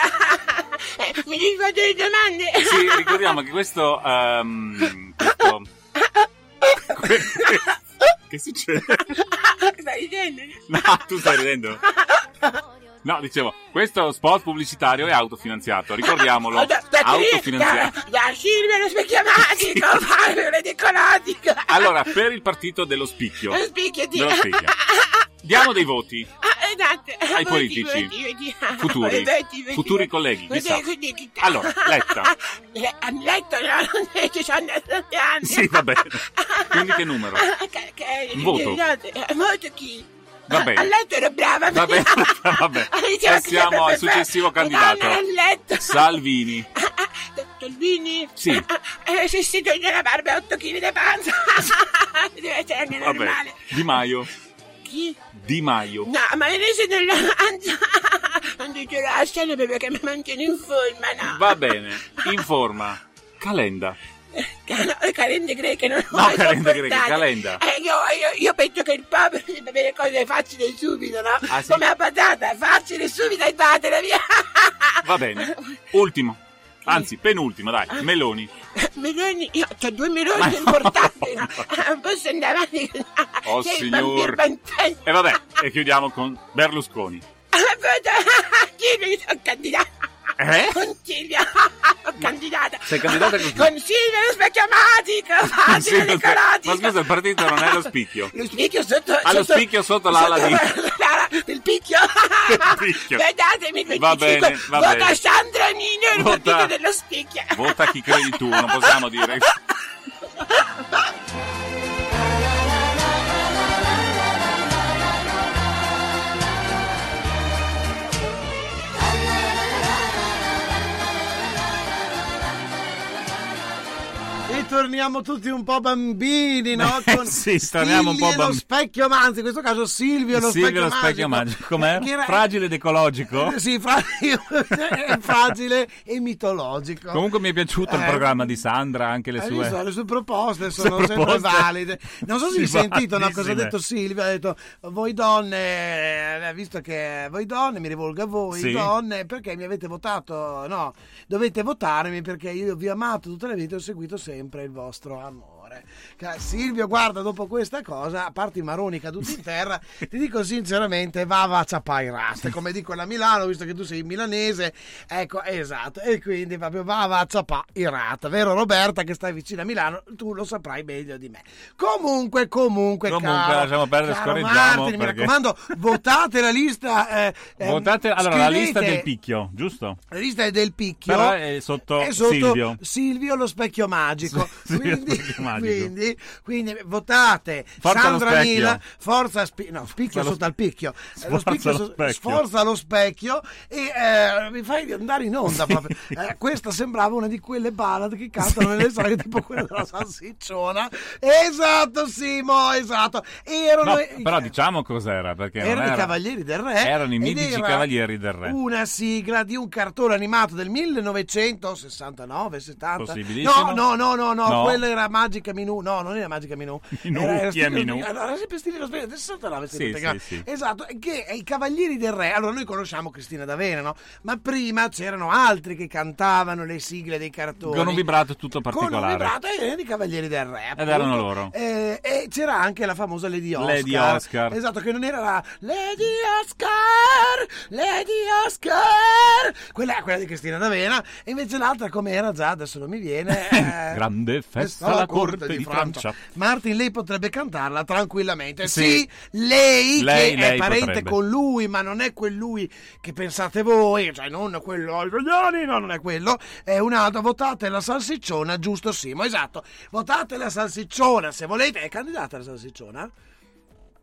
Mi devi fare delle domande. Sì, ricordiamo che questo um, questo que- che succede? Stai ridendo? No, tu stai ridendo. No, dicevo, questo spot pubblicitario è autofinanziato, ricordiamolo. Da, da, autofinanziato. Da, da Silvia lo specchio magico, fare ecologico. Allora, per il partito dello spicchio. Lo spicchio, dello spicchio. Diamo dei voti Ah, esatto. ai Voti, politici voti, voti. futuri, Voti, voti, futuri voti. colleghi, Voti, chissà. voti, chi- Allora, Letta. Le- Letto, no, non ci sono sette anni. Sì, va bene. Quindi che numero? Che- che- Un voto. Eh, Voto chi? Va bene. A letto ero brava. Va bene, vabbè. Diceva che Passiamo sempre al successivo per- candidato. Donna a letto. Salvini. Tolvini? Sì. Eh, se si toglie la barba e otto chili di panza. Deve essere anche Vabbè. normale. Di Maio. Chi? Di Maio. No, ma ne sei nella pancia. Non dice la scena perché mi mantiene in forma, no? Va bene. In forma. Calenda. No, le calende greche non No, ho mai calende sopportate. greche, calenda. Eh, io, io, io penso che il povero deve avere cose facili e subito, no? Ah, sì? Come la patata, facile e subito e datela via. Va bene. Ultimo. Anzi, penultimo, dai. Meloni. Meloni, io ho due meloni Ma no. importanti, no? Non posso andare avanti. Oh, Sei il signor. bambino bantello. E vabbè, e chiudiamo con Berlusconi. Silvia, sono candidata. Eh? Con Silvia, sono candidata. Sei candidata con chi? Con Silvia lo specchio magico, facile Sì, e ecologico. ma scusa, il partito non è lo spicchio. Lo spicchio sotto... Ah, lo sotto- spicchio sotto l'ala di- l'ala del picchio. Del picchio. Guardatemi, Va venticinque. bene, va Vota bene. Sandra Nino, il Vota- partito dello spicchio. Vota chi credi tu, non possiamo dire. E torniamo tutti un po' bambini, no? Eh, Con sì, torniamo un po' Silvia e lo bambini. specchio magico, in questo caso Silvio lo Silvio specchio lo magico. specchio magico. Com'è? Che era- Fragile ed ecologico? Eh, Sì, fra- è fragile e mitologico. Comunque mi è piaciuto il Eh, programma di Sandra, anche le Hai sue... visto? Le sue proposte sono Sue sempre proposte. valide. Non so se Sì, hai sentito no, cosa ha validissime. detto Silvia. Ha detto: voi donne, eh, visto che voi donne, mi rivolgo a voi Sì. donne, perché mi avete votato? No, dovete votarmi perché io vi ho amato tutta la vita e ho seguito sempre il vostro amore. Ca- Silvio, guarda, dopo questa cosa, a parte i maroni caduti in terra, ti dico sinceramente, va a ciapairat, come dicono a Milano, visto che tu sei milanese, ecco, esatto, e quindi proprio va a ciapairat, vero Roberta, che stai vicino a Milano, tu lo saprai meglio di me. Comunque, comunque, Comunque, caro, lasciamo perdere, caro scorreggiamo, Martin, mi perché- raccomando, votate la lista. eh, eh, Votate, allora, la scrivete- lista del picchio, giusto? La lista è del picchio. Però è sotto è sotto Silvio. Silvio lo specchio magico. Sì, quindi, lo specchio magico. Quindi, quindi votate Forza Sandra lo specchio. Mila, forza spi- no, spicchio Forza lo- sotto al picchio. Eh, Sforza lo spicchio lo so- specchio. Sforza lo specchio e eh, mi fai andare in onda proprio. Eh, questa sembrava una di quelle ballad che cantano nelle strade, tipo quella della salsicciona. Esatto, Simo, esatto. Erano No, i- però diciamo cos'era, perché non erano era... i Cavalieri del Re. Erano i ed mitici era Cavalieri del Re. Una sigla di un cartone animato del millenovecentosessantanove settanta. Possibilissimo. No, no, no, no, no, No. quella era Magica Minù. No, non era Magica Minù. Minù, era, era chi è Stile- Minù? Allora, era sempre stile del sessantanove, Sì, settanta. sì, sì. Esatto, che è i Cavalieri del Re. Allora, noi conosciamo Cristina D'Avena, no? Ma prima c'erano altri che cantavano le sigle dei cartoni. Con un vibrato tutto Con un particolare. vibrato, e erano i Cavalieri del Re. Ed appunto. erano loro. Eh, e c'era anche la famosa Lady Oscar. Lady Oscar. Esatto, che non era la Lady Oscar, Lady Oscar. Quella è quella di Cristina D'Avena. E invece l'altra come era già, adesso non mi viene. eh, Grande festa alla alla corte di Francia. Martin, lei potrebbe cantarla tranquillamente. Sì, Sì. lei, Lei- che lei è parente potrebbe. con lui, ma non è quel lui che pensate voi, cioè non quello italiani, no, non è quello, è un altro. Votate la salsicciona, giusto Simo? Esatto, votate la salsicciona se volete. È candidata la salsicciona?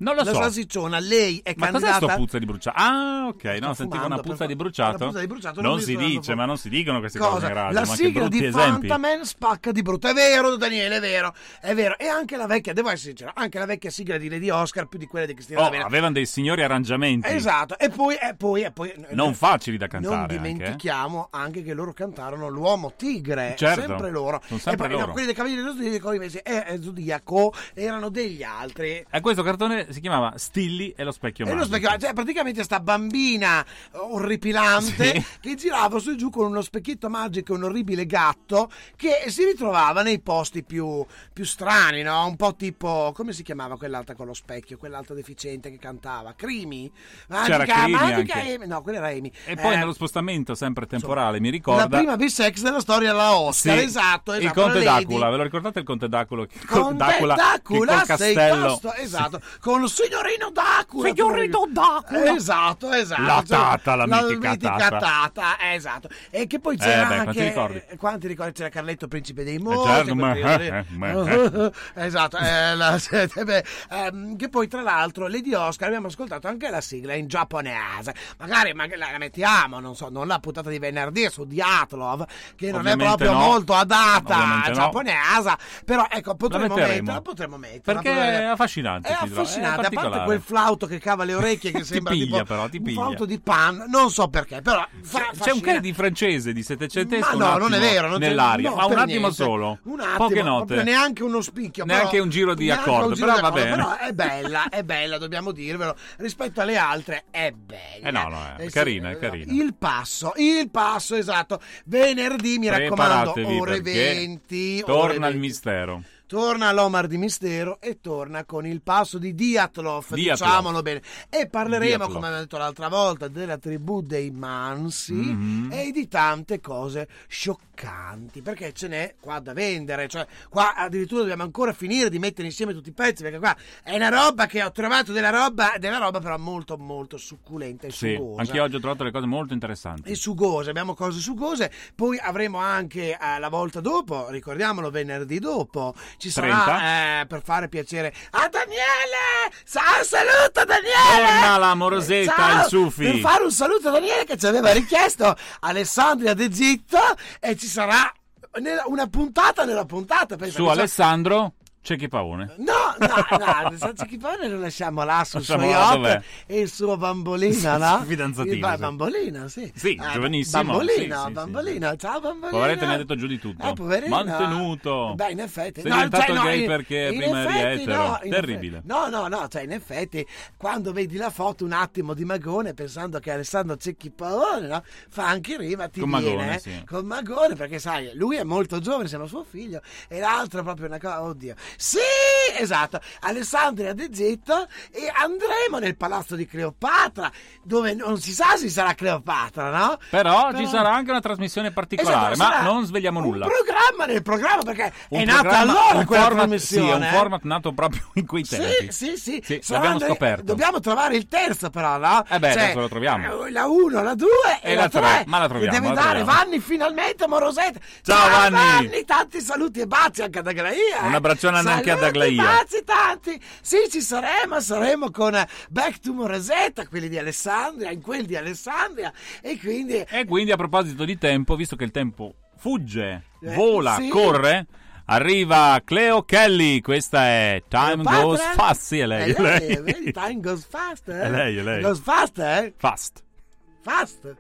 Non lo la so. salsicciona, lei è Ma candidata. cos'è sto puzza di bruciato? Ah, ok, Sto no, sentivo fumando, una puzza per- di bruciato. una puzza di bruciato, non non si mi sto dice, dando ma non si dicono queste cose Cosa? in radio. La ma che sigla brutti di esempi. Fantaman spacca di brutto. È vero, Daniele, è vero. È vero. E anche la vecchia, devo essere sincero, anche la vecchia sigla di Lady Oscar più di quella di Cristina Oh, D'Avena. avevano dei signori arrangiamenti. Esatto. E poi, e poi, e poi Non facili da cantare. non anche, eh. dimentichiamo anche, che loro cantarono l'Uomo Tigre. Certo, sempre loro. sono sempre e poi, no, loro. quelli dei Cavalieri dello Zodiaco invece e, e Zodiaco erano degli altri. E questo cartone si chiamava Stilly e lo specchio E lo magico. specchio, cioè praticamente sta bambina orripilante Sì. che girava su e giù con uno specchietto magico e un orribile gatto che si ritrovava nei posti più, più strani, no? Un po' tipo, come si chiamava quell'altra con lo specchio, quell'altra deficiente che cantava? Crimi? C'era Crimi Magica anche. Amy. No, quella era Amy. E poi Eh, nello spostamento sempre temporale, mi ricorda... la prima bisex della storia della Oscar, Sì, esatto, esatto. il Conte la Lady. D'Acula, ve lo ricordate il Conte D'Acula? Che- Conte D'Acula, che D'Acula, col sei castello... tosto, esatto, con il signorino D'Acula. Signorino D'Acula. Esatto, esatto. La tata, la La mitica tata. tata, esatto. E che poi c'era Eh, beh, anche... quanti ricordi? eh, Quanti ricordi? C'era Carletto Principe dei Eh, Mosci. certo, ma- quel periodo eh, lì. ma- Esatto. eh, la- beh, ehm, che poi tra l'altro Lady Oscar abbiamo ascoltato anche la sigla in giapponese. Magari, magari la la mettiamo, non so, non la puntata di venerdì su Diatlov, che non Ovviamente è proprio no. molto adatta Ovviamente no. giapponese, però ecco, potremmo metteremo. metterla, potremmo metterla. Perché è affascinante. È ti dirò, affascinante, a parte particolare. quel flauto che cava le orecchie che Ti sembra piglia, tipo però, ti un piglia. flauto di pan, non so perché, però fa- C'è un affascina. che di francese, di settecentesco, Ma no, un non è attimo vero, non c'è- nell'aria, no, ma un per attimo niente. solo, Un attimo, poche proprio note, neanche uno spicchio, neanche però- un giro di neanche accordo, un giro però di va accordo, bene. però è bella, è bella, dobbiamo dirvelo, rispetto alle altre è bella. Eh no, no, è Eh sì, carina, è eh, carina. Il passo, il passo, esatto, venerdì mi raccomando, Preparatevi ore perché venti, ore torna il venti. mistero. Torna l'Omar di Mistero e torna con il passo di Diatlov, Diatlov. diciamolo bene. E parleremo, Diatlov. come abbiamo detto l'altra volta, della tribù dei Mansi Mhm. e di tante cose scioccanti, perché ce n'è qua da vendere. Cioè, qua addirittura dobbiamo ancora finire di mettere insieme tutti i pezzi, perché qua è una roba che ho trovato, della roba, della roba però molto, molto succulenta e Sì, sugosa. anche oggi ho trovato delle cose molto interessanti. E sugose, abbiamo cose sugose, poi avremo anche eh, la volta dopo, ricordiamolo, venerdì dopo, ci sarà trenta? eh, per fare piacere a Daniele! Ciao, saluto Daniele! Torna la Morosetta, Ciao! il Sufi. Per fare un saluto a Daniele che ci aveva richiesto Alessandria d'Egitto e ci sarà nella- una puntata nella puntata. pensa Su che so- Alessandro c'è chi paone. No, no, no, San Chipone lo lasciamo là sul suo Lasciamo là, yacht dov'è? e il suo bambolino, no? Fidanzatino, Il ba- sì. bambolino, sì. Sì, Ah, giovanissimo, Bambolino, sì, sì, bambolino, ciao bambolino. Poveretto, mi ha detto giù di tutto. Eh, poverino. Mantenuto. Beh, in effetti. Sei no, diventato cioè, no, gay in- perché in prima eri effetti, etero. no, in Terribile. effetti- no, no, no, cioè in effetti quando vedi la foto un attimo di Magone pensando che Alessandro Cecchi Paone, no? Fa anche rima, ti Con viene, Magone, eh, sì. con Magone, perché sai, lui è molto giovane, sembra suo figlio, e l'altro è proprio una cosa, oddio. Sì, esatto, Alessandria d'Egitto e andremo nel palazzo di Cleopatra, dove non si sa se sarà Cleopatra, no? Però, Però- ci sarà anche una trasmissione particolare, Esatto, ma sarà non svegliamo nulla. Un programma nel programma, perché Un è nata programma- allora un quella format, trasmissione. Sì, è un eh. format nato proprio in quei Sì, tempi. sì, sì, Sì, Sarà l'abbiamo Andre- scoperto. Dobbiamo trovare il terzo, però, no? Eh beh, adesso lo troviamo. eh, La uno, la due e, E la tre, tre. ma la troviamo, Che deve la dare troviamo. Vanni finalmente Morosetta. Ciao, Vanni. tanti saluti e baci anche ad Aglaia. Un eh. abbraccione anche ad Saluti, Aglaia. baci tanti. Sì, ci saremo, saremo con eh, Back to Morosetta, quelli di Alessandria, in quelli di Alessandria e quindi E quindi, a proposito di tempo, visto che il tempo fugge, Eh, vola, sì. corre, arriva Cleo Kelly. Questa è Time Cleopatra? Goes Fast. Sì, è lei. È È lei, lei. vedi, time goes fast, eh? È lei, è lei. Goes fast, eh? Fast. Fast.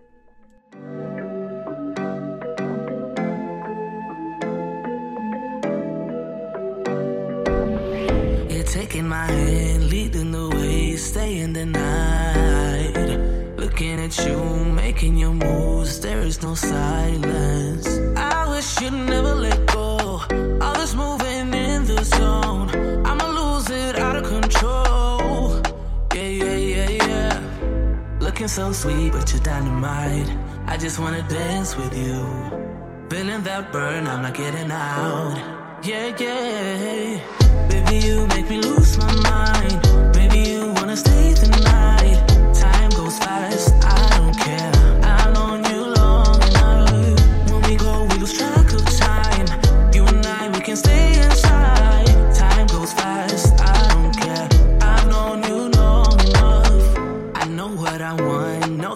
You're taking my hand, leading the way, staying the night. Looking at you, making your moves, there is no silence. I wish you'd never let go. All this moving in the zone, I'ma lose it out of control. Yeah, yeah, yeah, yeah. Looking so sweet, but you're dynamite. I just wanna dance with you. Feeling that burn, I'm not getting out. Yeah, yeah. Baby, you make me lose my mind. Baby, you wanna stay the night. Time goes fast, I don't care. I've known you long enough. When we go, we lose track of time. You and I, we can stay inside. Time goes fast, I don't care. I've known you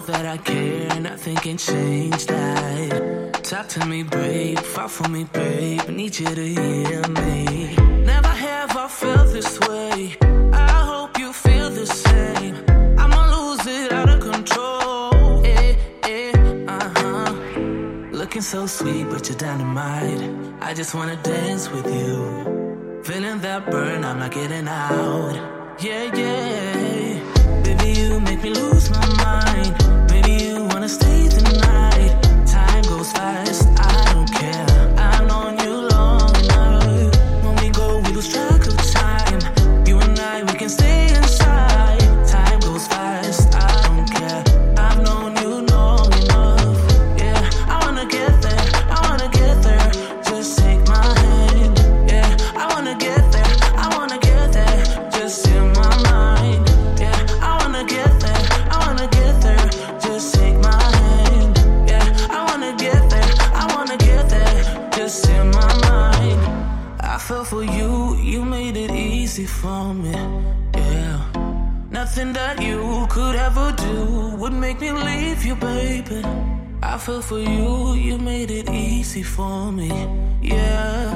that I care, nothing can change that. Talk to me, babe, fall for me, babe, I need you to hear me. Never have I felt this way, I hope you feel the same. I'ma lose it out of control, eh, eh, uh-huh. Looking so sweet, but you're dynamite. I just wanna dance with you. Feeling that burn, I'm not getting out. Yeah, yeah. Baby, you make me lose my mind. Maybe you wanna stay the night. Time goes fast, I don't care. I've known you long enough. When we go, we lose track of time. You and I, we can stay inside. Time goes fast, I don't care. I've known you long enough. Yeah, I wanna get there, I wanna get there. Just take my hand. Yeah, I wanna get there, I wanna get there. Just in my mind. Yeah, I wanna get there, I wanna get there. Just take my hand. Yeah, I wanna get there, I wanna get there. Just in my mind. I fell for you, you made it easy for me. Yeah, nothing that you could ever do would make me leave you, baby. I fell for you, you made it easy for me. Yeah,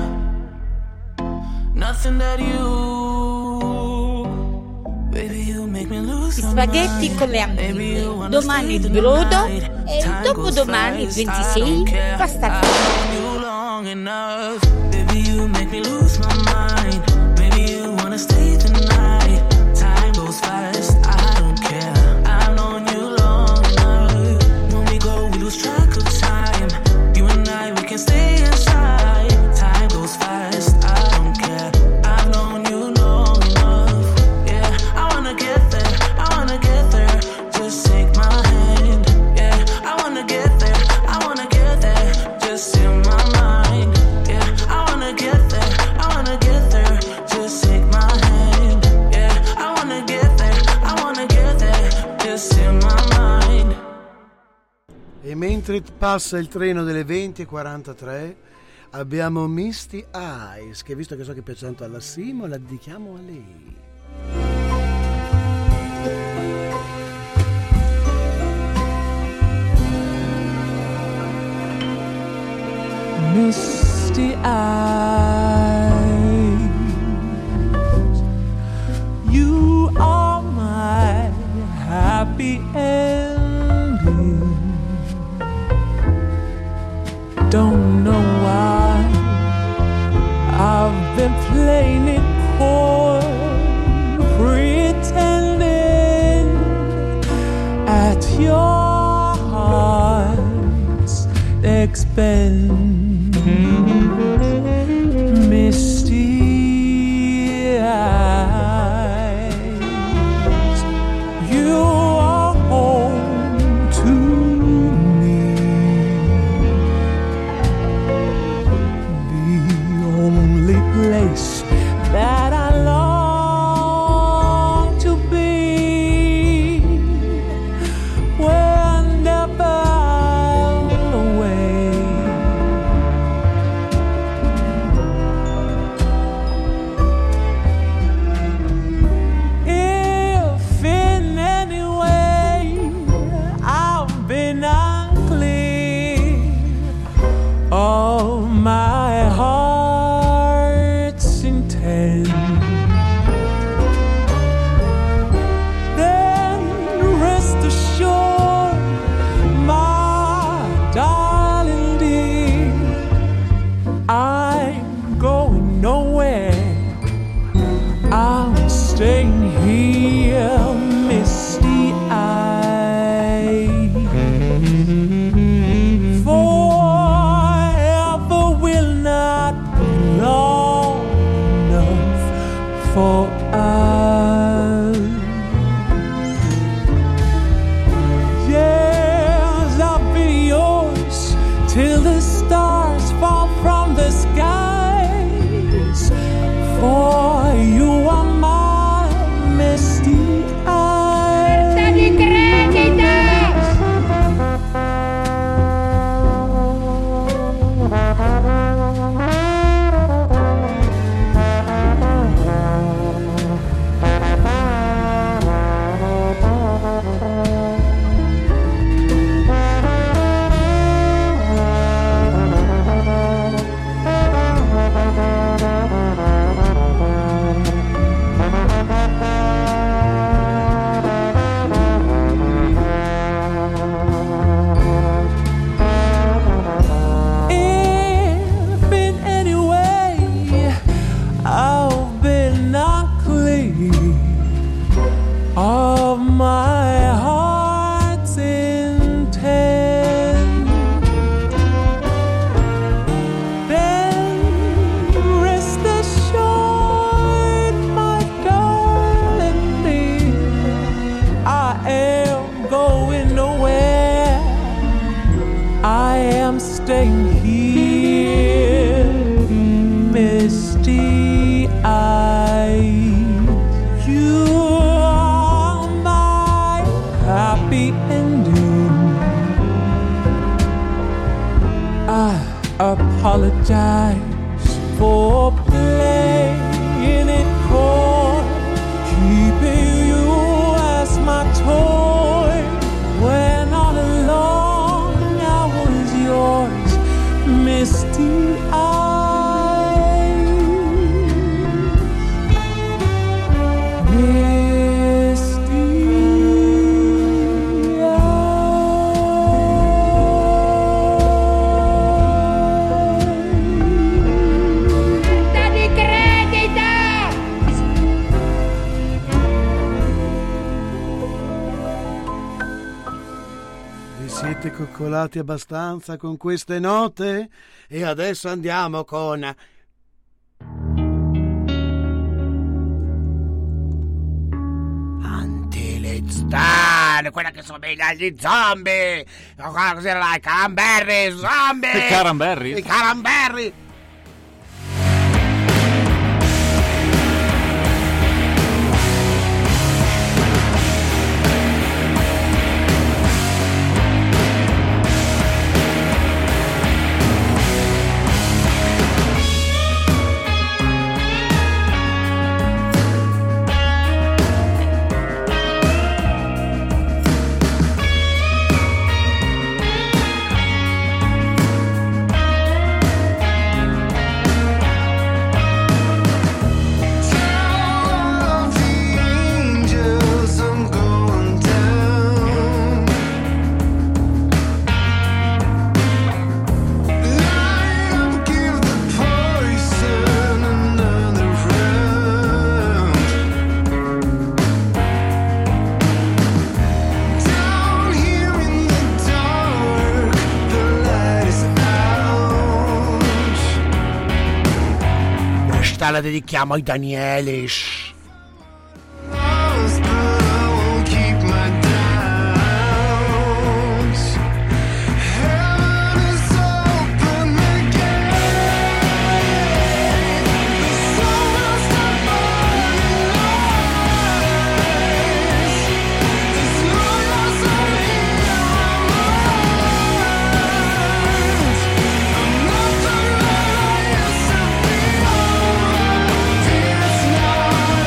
nothing that you, baby, you make me lose my Spaghetti mind. con le Baby, you anguille. wanna Domani stay il the brodo night. e Time dopodomani, goes il fast, ventisei, I don't care. pasta I've known you long enough. Baby, you make me lose my mind. Baby, you wanna stay the night. Time goes fast, I don't care. I've known you long enough. When we go, we lose track of time. You and I, we can stay inside. Time goes fast, I don't care. I've known you long enough. Yeah, I wanna get there, I wanna get there. Just take my hand. Yeah, I wanna get there, I wanna get there. Just in my mind. Yeah, I wanna get there, I wanna get there. Just take my hand. Yeah, I wanna get there, I wanna get there. Just in my mind. E mentre passa il treno delle venti e quarantatré abbiamo Misty Eyes, che visto che so che piace tanto alla Simo, la dedichiamo a lei. Misty eyes, you are my happy ending. Don't know why I've been playing it coy, pretending at your heart's expense. Misty eyes, you are home to me, the only place that I long to be. We're never away. If in any way I've been unclear of my heart's intent, then rest assured, my darling dear, I'm going nowhere. I'm staying here, misty eyes. Forever will not be long enough for us. Yes, I'll be yours till the stars fall from the skies. For you are my misty eyes. di credito! lying here, misty eyes. You are my happy ending. I apologize for playing it coy, keeping you as my toy, when all along I was yours, misty eyes, misty Siete coccolati abbastanza con queste note? E adesso andiamo con Antilizstan, quella che somiglia agli zombie. Cos'era là? I caramberri, zombie. I caramberri? I caramberri. La dedichiamo ai Danielis. It's not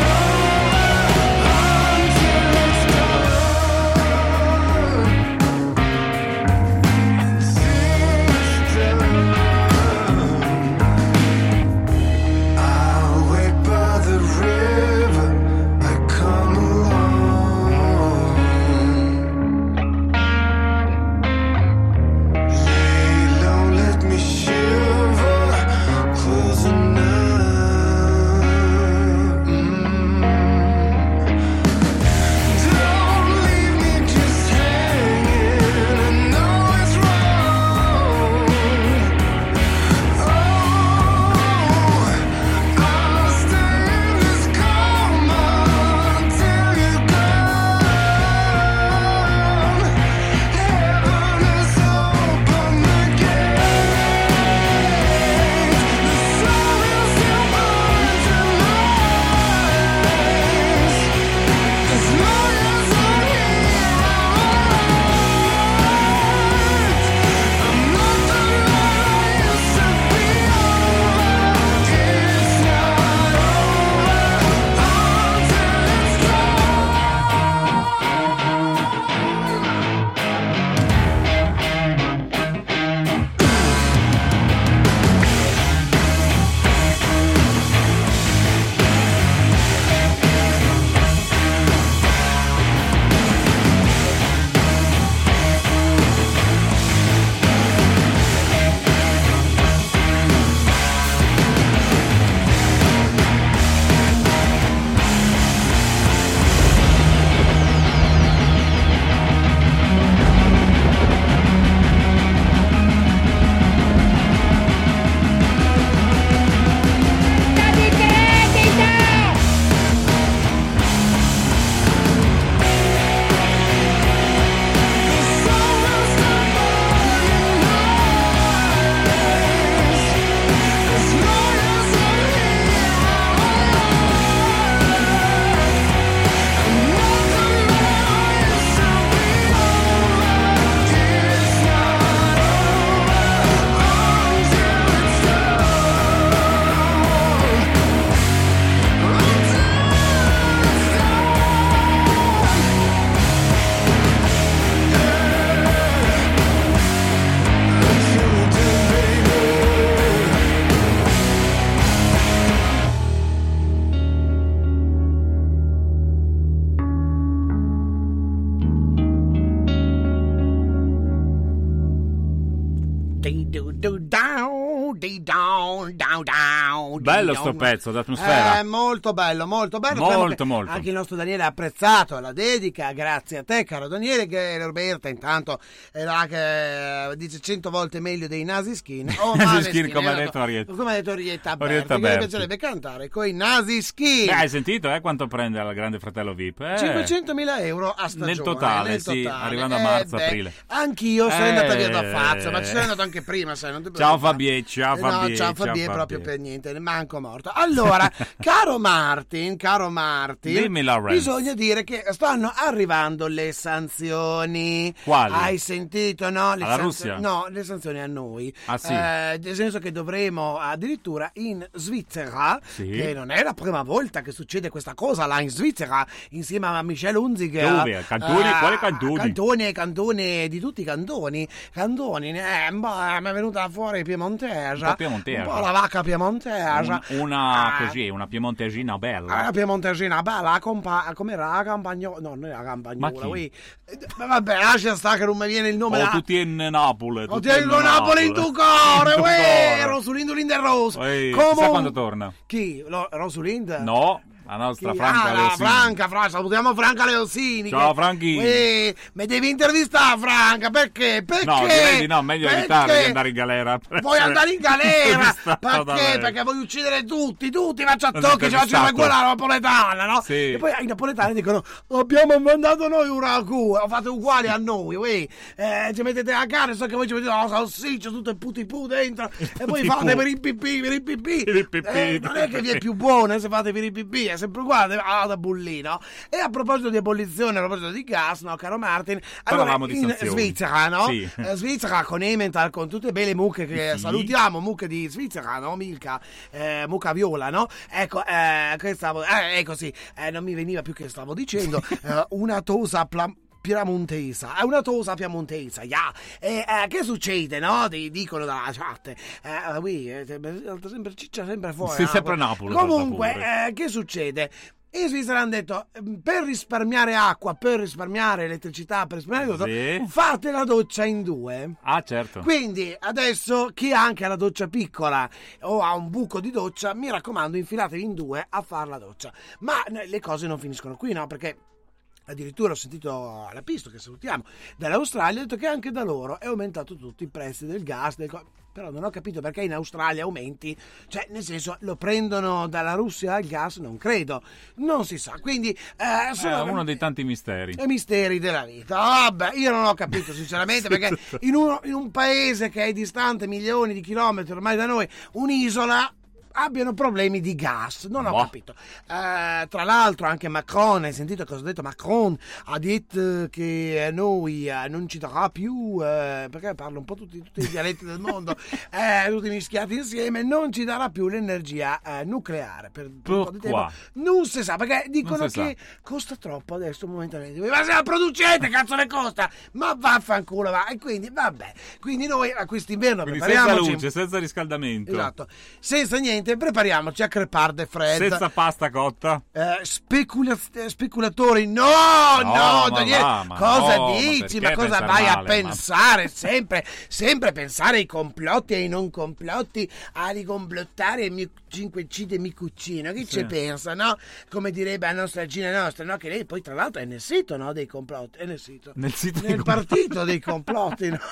down, di down, down, down. Bello di sto down. pezzo d'atmosfera. Eh, molto bello, molto bello. Molto, Speriamo che molto. Anche il nostro Daniele ha apprezzato la dedica, grazie a te, caro Daniele, che Roberta intanto è là che dice cento volte meglio dei Nasi Skin. Oh, Nasi Maneskin, Skin, come ha eh, detto Orietta. Come ha detto Orietta Berti, Orietta che le Berti. piacerebbe cantare coi Nasi Skin. Beh, hai sentito eh, quanto prende al Grande Fratello V I P? Eh. cinquecentomila euro a stagione. Nel totale, nel sì, totale. arrivando a Eh, marzo, beh, aprile. Anch'io sarei Eh. andata via da Fazio, ma ci sarei andato anche prima, sai, non ti Ciao preoccupare. Fabie, ciao Eh, Fabie. No, ciao Fabie, ciao proprio Fabie. per niente, ne manco morto. Allora, caro Martin, caro Martin, Dimmi, Lawrence. bisogna dire che stanno arrivando le sanzioni. Quali? Hai sentito, no? Le Alla sanzio- Russia? No, le sanzioni a noi. Ah, sì? Eh, nel senso che dovremo addirittura in Svizzera, Sì. che non è la prima volta che succede questa cosa là in Svizzera, insieme a Michel Hunziker. Dove? Cantoni? Quali cantoni? Cantoni, cantoni di tutti i cantoni. Cantoni, eh, un po', eh, mi è venuta fuori piemontesa. Un po' piemontesa. Un po' la vacca piemontesa. Un- una Ah, così, una piemontesina bella. la piemontesina bella, compa- com'era la campagnola? No, non è la campagnola. Ma chi? ui. Eh, ma vabbè, lascia sta che non mi viene il nome. Oh, là. tutti in Napoli. Oh, tutti tengo in Napoli in tu cuore, In tu uè, cuore. Rosulindo Rosso. Ehi, Comun- chissà quando torna. Chi? Lo- Rosalind? No, la nostra Chi? Franca ah, la Leosini. Franca, Franca, salutiamo Franca Leosini. Ciao, che- Franchi. Uè, mi devi intervistare Franca, perché? Perché? No, direi di no, meglio Perché? evitare di andare in galera. Vuoi andare in galera? Intervistato da Perché? lei. Perché vuoi uccidere tutti, tutti, faccio a Non tocchi, ci faccio intervistato. regolare la napoletana, no? Sì. E poi i napoletani dicono, abbiamo mandato noi un ragù, lo fate uguali a noi, uè. Eh, ci mettete la carne, so che voi ci mettete la salsiccia, tutto il putipù dentro, e poi putipù. fate per i pipì, per i pipì. Per i pipì. Eh, non è che vi è più buono eh, se fate per i pipì, è sempre uguale, ah, da bullino. E a proposito di abolizione, a proposito di gas, no, caro Martin, allora Parlavamo di in sanzioni. Svizzera, no? Sì. Eh, Svizzera con Emmental, con tutte le belle mucche che Sì. salutiamo, mucche di Svizzera, no? Milka, eh, mucca viola, no? Ecco, eh, che stavo, eh, ecco sì, eh, non mi veniva più che stavo dicendo, eh, una tosa pla- piemontesa, è una tosa piemontesa, yeah. E eh, che succede, no? Ti dicono dalla chat, eh, oui, eh, sempre, sempre ciccia sempre fuori. Sì, no? sempre Napoli, Comunque, salta pure. eh, che succede? In Svizzera hanno detto, ehm, per risparmiare acqua, per risparmiare elettricità, per risparmiare tutto, Sì. fate la doccia in due. Ah, certo. Quindi adesso chi ha anche la doccia piccola o ha un buco di doccia, mi raccomando, infilatevi in due a fare la doccia. Ma eh, le cose non finiscono qui, no? Perché addirittura ho sentito la Pisto, che salutiamo, dall'Australia, ha detto che anche da loro è aumentato tutto i prezzi del gas, del co- però non ho capito perché in Australia aumenti, cioè nel senso lo prendono dalla Russia il gas, non credo, non si sa, quindi eh, È sono uno dei tanti misteri. i misteri della vita. Vabbè, io non ho capito sinceramente perché in, uno- in un paese che è distante milioni di chilometri ormai da noi, un'isola, abbiano problemi di gas, non ho Boh. capito. Eh, tra l'altro anche Macron, hai sentito cosa ha detto Macron? Ha detto che a noi eh, non ci darà più, eh, perché parlo un po' tutti, tutti i dialetti del mondo, eh, tutti mischiati insieme, non ci darà più l'energia eh, nucleare per, per un po' di tempo. Pourquoi? Non si sa, perché dicono Non si che costa troppo adesso momentaneamente. Ma se la producete, cazzo ne costa? Ma vaffanculo va. E quindi vabbè, quindi noi a quest'inverno Quindi senza prepariamoci. luce, senza riscaldamento. Esatto, senza niente, prepariamoci a crepar de fredda. Senza pasta cotta. Eh, specula- eh, speculatori, no, no, ma Daniele, va, ma cosa no, ma dici? Ma, perché cosa pensare vai a male, ma- pensare? Sempre, sempre pensare ai complotti e ai non complotti, a ricomplottare il mio cinque C del mio cucino. Che Sì. ci pensa, no? Come direbbe la nostra Gina nostra, no? Che lei poi tra l'altro è nel sito, no? Dei complotti, è nel sito. Nel sito Nel dei partito dei complotti, no?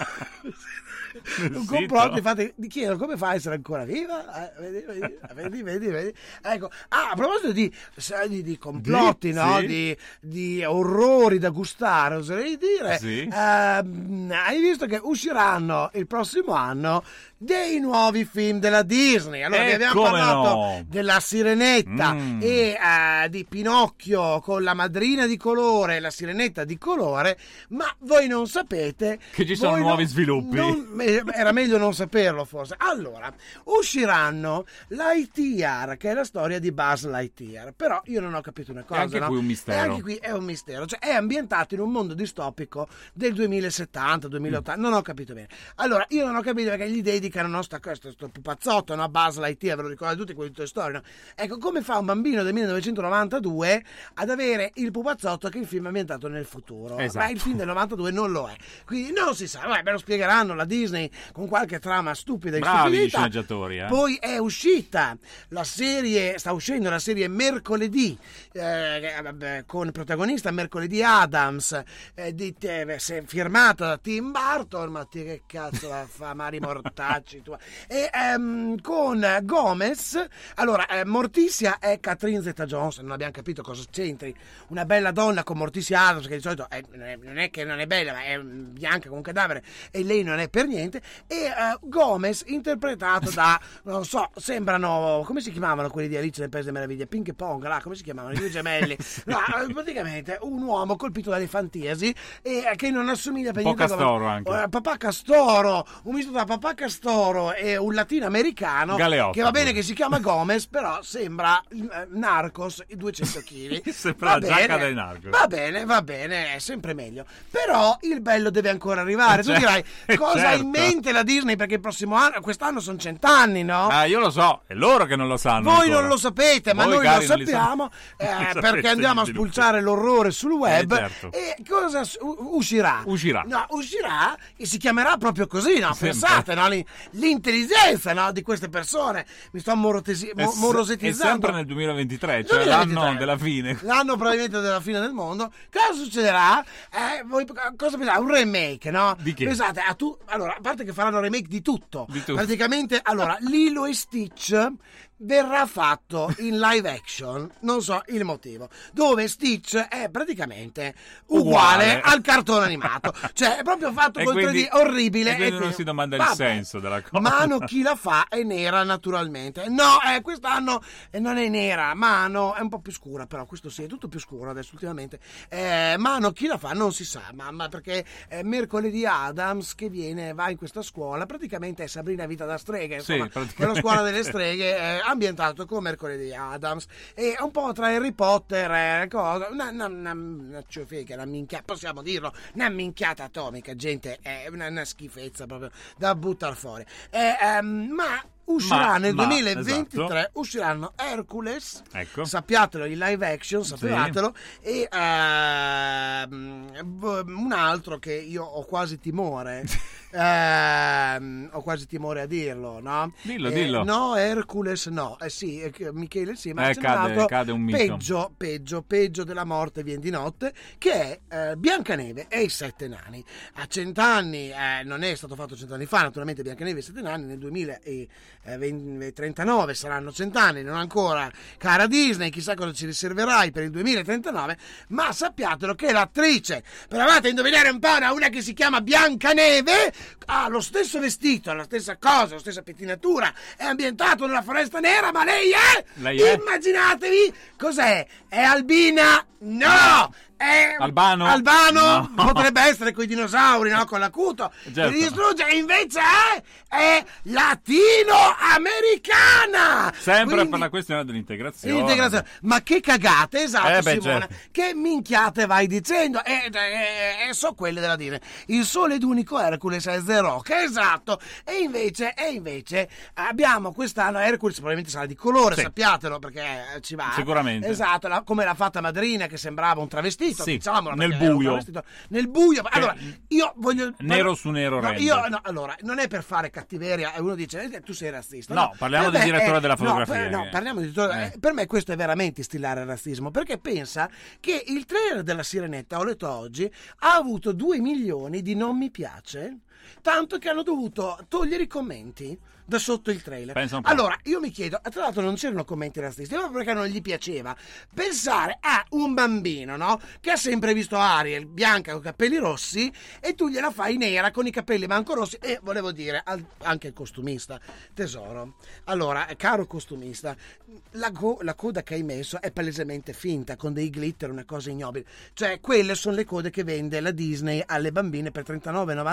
Nel Un sito? complotto, infatti, ti chiedo come fa a essere ancora viva? Eh, vedi, vedi, vedi, vedi, vedi. Ecco, ah, a proposito di, sai, di, di complotti, Di- no? sì. Di, di orrori da gustare, oserei dire. Sì. Ehm, hai visto che usciranno il prossimo anno dei nuovi film della Disney. Allora, Eh, vi abbiamo come parlato no? della Sirenetta Mm. e eh, di Pinocchio con la madrina di colore e la Sirenetta di colore, ma voi non sapete Che ci sono voi nuovi non- sviluppi. non- eh, era meglio non saperlo forse. Allora, usciranno Lightyear, che è la storia di Buzz Lightyear, però io non ho capito una cosa. anche no? qui un mistero. E anche qui è un mistero, cioè è ambientato in un mondo distopico del duemilasettanta duemilaottanta, non ho capito bene. Allora, io non ho capito perché gli dedicano no, sta, questo sto pupazzotto, no? Buzz Lightyear, ve lo ricordate di tutti quelli di Toy Story, no? Ecco, come fa un bambino del millenovecentonovantadue ad avere il pupazzotto che il film è ambientato nel futuro? Esatto. Ma il film del novantadue non lo è, quindi non si sa. Vabbè, me lo spiegheranno la Disney con qualche trama stupida e Bravi gli stupidità. sceneggiatori, eh. Poi è uscita la serie, sta uscendo la serie Mercoledì, eh, vabbè, con protagonista Mercoledì Adams, eh, di, eh, se- firmata da Tim Burton, ma ti che cazzo la fa, Mari Mortacci, tu. E ehm, con Gomez. Allora, eh, Morticia è Catherine Zeta-Jones, non abbiamo capito cosa c'entri una bella donna con Morticia Adams, che di solito è, non è che non è bella, ma è bianca come un cadavere, e lei non è per niente. E eh, Gomez interpretato da, non so, sembrano, come si chiamavano quelli di Alice nel Paese delle Meraviglie, Ping e Pong, là, come si chiamavano, i due gemelli. No, praticamente un uomo colpito dalle fantasi e eh, che non assomiglia per Un po' niente a Castoro anche. eh, papà Castoro, un misto tra papà Castoro e un latinoamericano, Galeotto. che va bene che si chiama Gomez, però sembra eh, Narcos i duecento chili. Sembra la giacca dei Narcos. Va bene, va bene, è sempre meglio. Però il bello deve ancora arrivare. Eh, Tu cer- dirai, eh, cosa ha in certo. mente la Disney? Perché il prossimo anno, quest'anno sono cent'anni, no? Ah, io lo so, è loro che non lo sanno. Voi ancora. non lo sapete, ma Voi, noi cari, lo non li sappiamo, sa- non eh, sapete perché andiamo a gli sviluppi. spulciare l'orrore sul web. Eh, certo. E cosa s- u- uscirà? Uscirà. No, uscirà e si chiamerà proprio così, no? Sempre. Pensate, no? L'in- L'intelligenza, no? Di queste persone. Mi sto morotesi- È, mo- s- morosetizzando. è sempre nel duemilaventitré, cioè duemilaventitré. l'anno della fine. L'anno probabilmente della fine del mondo. Cosa succederà? Eh, voi, cosa pensate? Un remake, no? Di che? Pensate, a tu, allora, a parte che faranno remake di tutto. Di tutto. Praticamente, allora, Lilo e Stitch verrà fatto in live action, non so il motivo, dove Stitch è praticamente uguale, Uguale. al cartone animato, cioè è proprio fatto E col quindi- tre D orribile. e quindi e non si domanda il vabbè. senso della cosa. Mano chi la fa è nera naturalmente. No, eh, quest'anno eh, non è nera, Mano è un po' più scura, però questo sì, è tutto più scuro adesso ultimamente. Eh, Mano chi la fa non si sa, ma, ma perché eh, Mercoledì Adams che viene, va in questa scuola, praticamente è Sabrina Vita da streghe, Sì, insomma, praticamente. quella scuola delle streghe eh, ambientato con Mercoledì Adams, e un po' tra Harry Potter e cosa, una, una, una, una ciofeca, una minchiata, possiamo dirlo, una minchiata atomica, gente, è una, una schifezza proprio da buttare fuori. Eh, ehm, ma uscirà Ma- nel ma, duemilaventitré, esatto. usciranno Hercules, Ecco. sappiatelo, in live action, sappiatelo, e ehm, un altro che io ho quasi timore, ehm, ho quasi timore a dirlo, no? Dillo, Eh, dillo. No, Hercules no, eh sì, eh, che- Michele sì, ma Eh, c'è cade- un altro cade un mito. peggio, peggio, peggio della morte viene di notte, che è eh, Biancaneve e i Sette Nani. A cent'anni, eh, non è stato fatto cent'anni fa, naturalmente Biancaneve e i Sette Nani nel duemilatrentanove saranno cent'anni, non ancora, cara Disney, chissà cosa ci riserverai per il duemilatrentanove, ma sappiatelo che l'attrice, provate a indovinare un po', una che si chiama Biancaneve, ha lo stesso vestito, la stessa cosa, la stessa pettinatura, è ambientato nella Foresta Nera, ma lei è? Lei è? Immaginatevi cos'è? È albina? No! È Albano? Albano? No. Potrebbe essere con i dinosauri, no? Con l'acuto. Certo. Li distrugge, e invece è, è latinoamericana! Sempre Quindi- per la questione dell'integrazione. L'integrazione. Ma che cagate, esatto, Eh beh, Simone. certo. Che minchiate vai dicendo? E, e- e so quelle della dire. Il solo ed unico Hercules è The Rock, esatto. E invece, e invece abbiamo quest'anno Hercules, probabilmente sarà di colore, Sì. sappiatelo, perché eh, ci va. Sicuramente. Esatto, la- come l'ha fatta Madrina, che sembrava un travestito. Sì, diciamolo, nel perché era un buio. travestito. Nel buio. Allora, io voglio... Nero su nero No, rende. io, no, allora, non è per fare cattiveria e uno dice eh, tu sei razzista. No, parliamo Per del me direttore è- della no, fotografia, per- no, che- parliamo di direttore. Eh. Per me questo è veramente instillare il razzismo, perché pensa che il trailer della Sirenetta, ho letto oggi, ha avuto due milioni di non mi piace, tanto che hanno dovuto togliere i commenti da sotto il trailer. Pensa un po'. Allora, io mi chiedo, tra l'altro non c'erano commenti razzisti, proprio perché non gli piaceva pensare a un bambino, no? Che ha sempre visto Ariel bianca con i capelli rossi e tu gliela fai nera con i capelli manco rossi, e volevo dire al- anche il costumista, tesoro. Allora, caro costumista, la, go- la coda che hai messo è palesemente finta, con dei glitter, una cosa ignobile. Cioè, quelle sono le code che vende la Disney alle bambine per trentanove e novantanove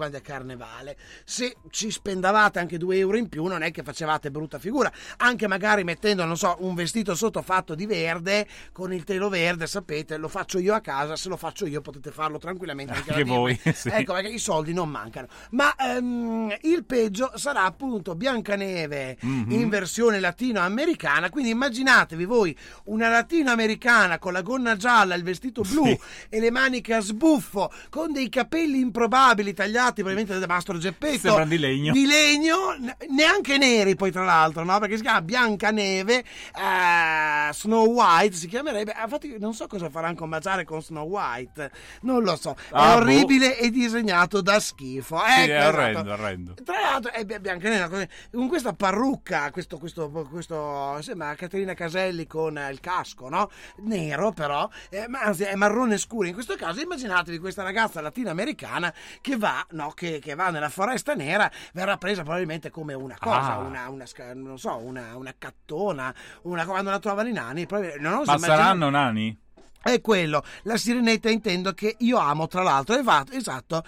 davanti a Carnevale. Se ci spendavate anche due euro in più non è che facevate brutta figura, anche magari mettendo, non so, un vestito sotto fatto di verde con il telo verde, sapete, lo faccio io a casa, se lo faccio io potete farlo tranquillamente anche, anche voi, sì. Ecco, perché i soldi non mancano. Ma um, il peggio sarà appunto Biancaneve mm-hmm. in versione latinoamericana, quindi immaginatevi voi una latinoamericana con la gonna gialla, il vestito blu sì. e le maniche a sbuffo, con dei capelli improbabili tagliati probabilmente da Mastro Geppetto, sembra di legno, di legno, neanche neri poi tra l'altro, no? Perché si chiama Biancaneve, uh, Snow White si chiamerebbe. Infatti non so cosa faranno combaciare con Snow White, non lo so, ah, è orribile boh. e disegnato da schifo, sì, ecco, è orrendo, esatto. orrendo. Tra l'altro è Biancaneve con questa parrucca, questo, questo, questo sembra Caterina Caselli con il casco, no? Nero però, eh, ma anzi è marrone scuro in questo caso. Immaginatevi questa ragazza latinoamericana che va, no, che, che va nella foresta nera, verrà presa probabilmente come una cosa, ah. una, una, non so, una, una cattona, una, quando la trovano i nani, non ma saranno nani? È quello, la Sirenetta intendo che io amo tra l'altro, esatto,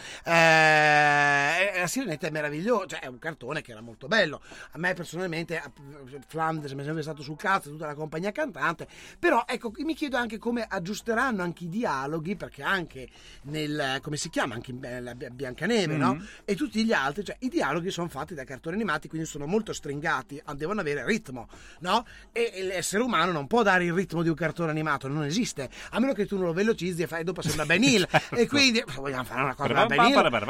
eh, la Sirenetta è meravigliosa, cioè è un cartone che era molto bello, a me personalmente Flanders mi è sempre stato sul cazzo, tutta la compagnia cantante, però ecco mi chiedo anche come aggiusteranno anche i dialoghi, perché anche nel, come si chiama, anche in la Biancaneve, mm-hmm. no? E tutti gli altri, cioè i dialoghi sono fatti da cartoni animati, quindi sono molto stringati, devono avere ritmo, no? E l'essere umano non può dare il ritmo di un cartone animato, non esiste. A meno che tu non lo velocizzi e fai dopo sembra Ben Hill. Certo. E quindi vogliamo fare una cosa da Ben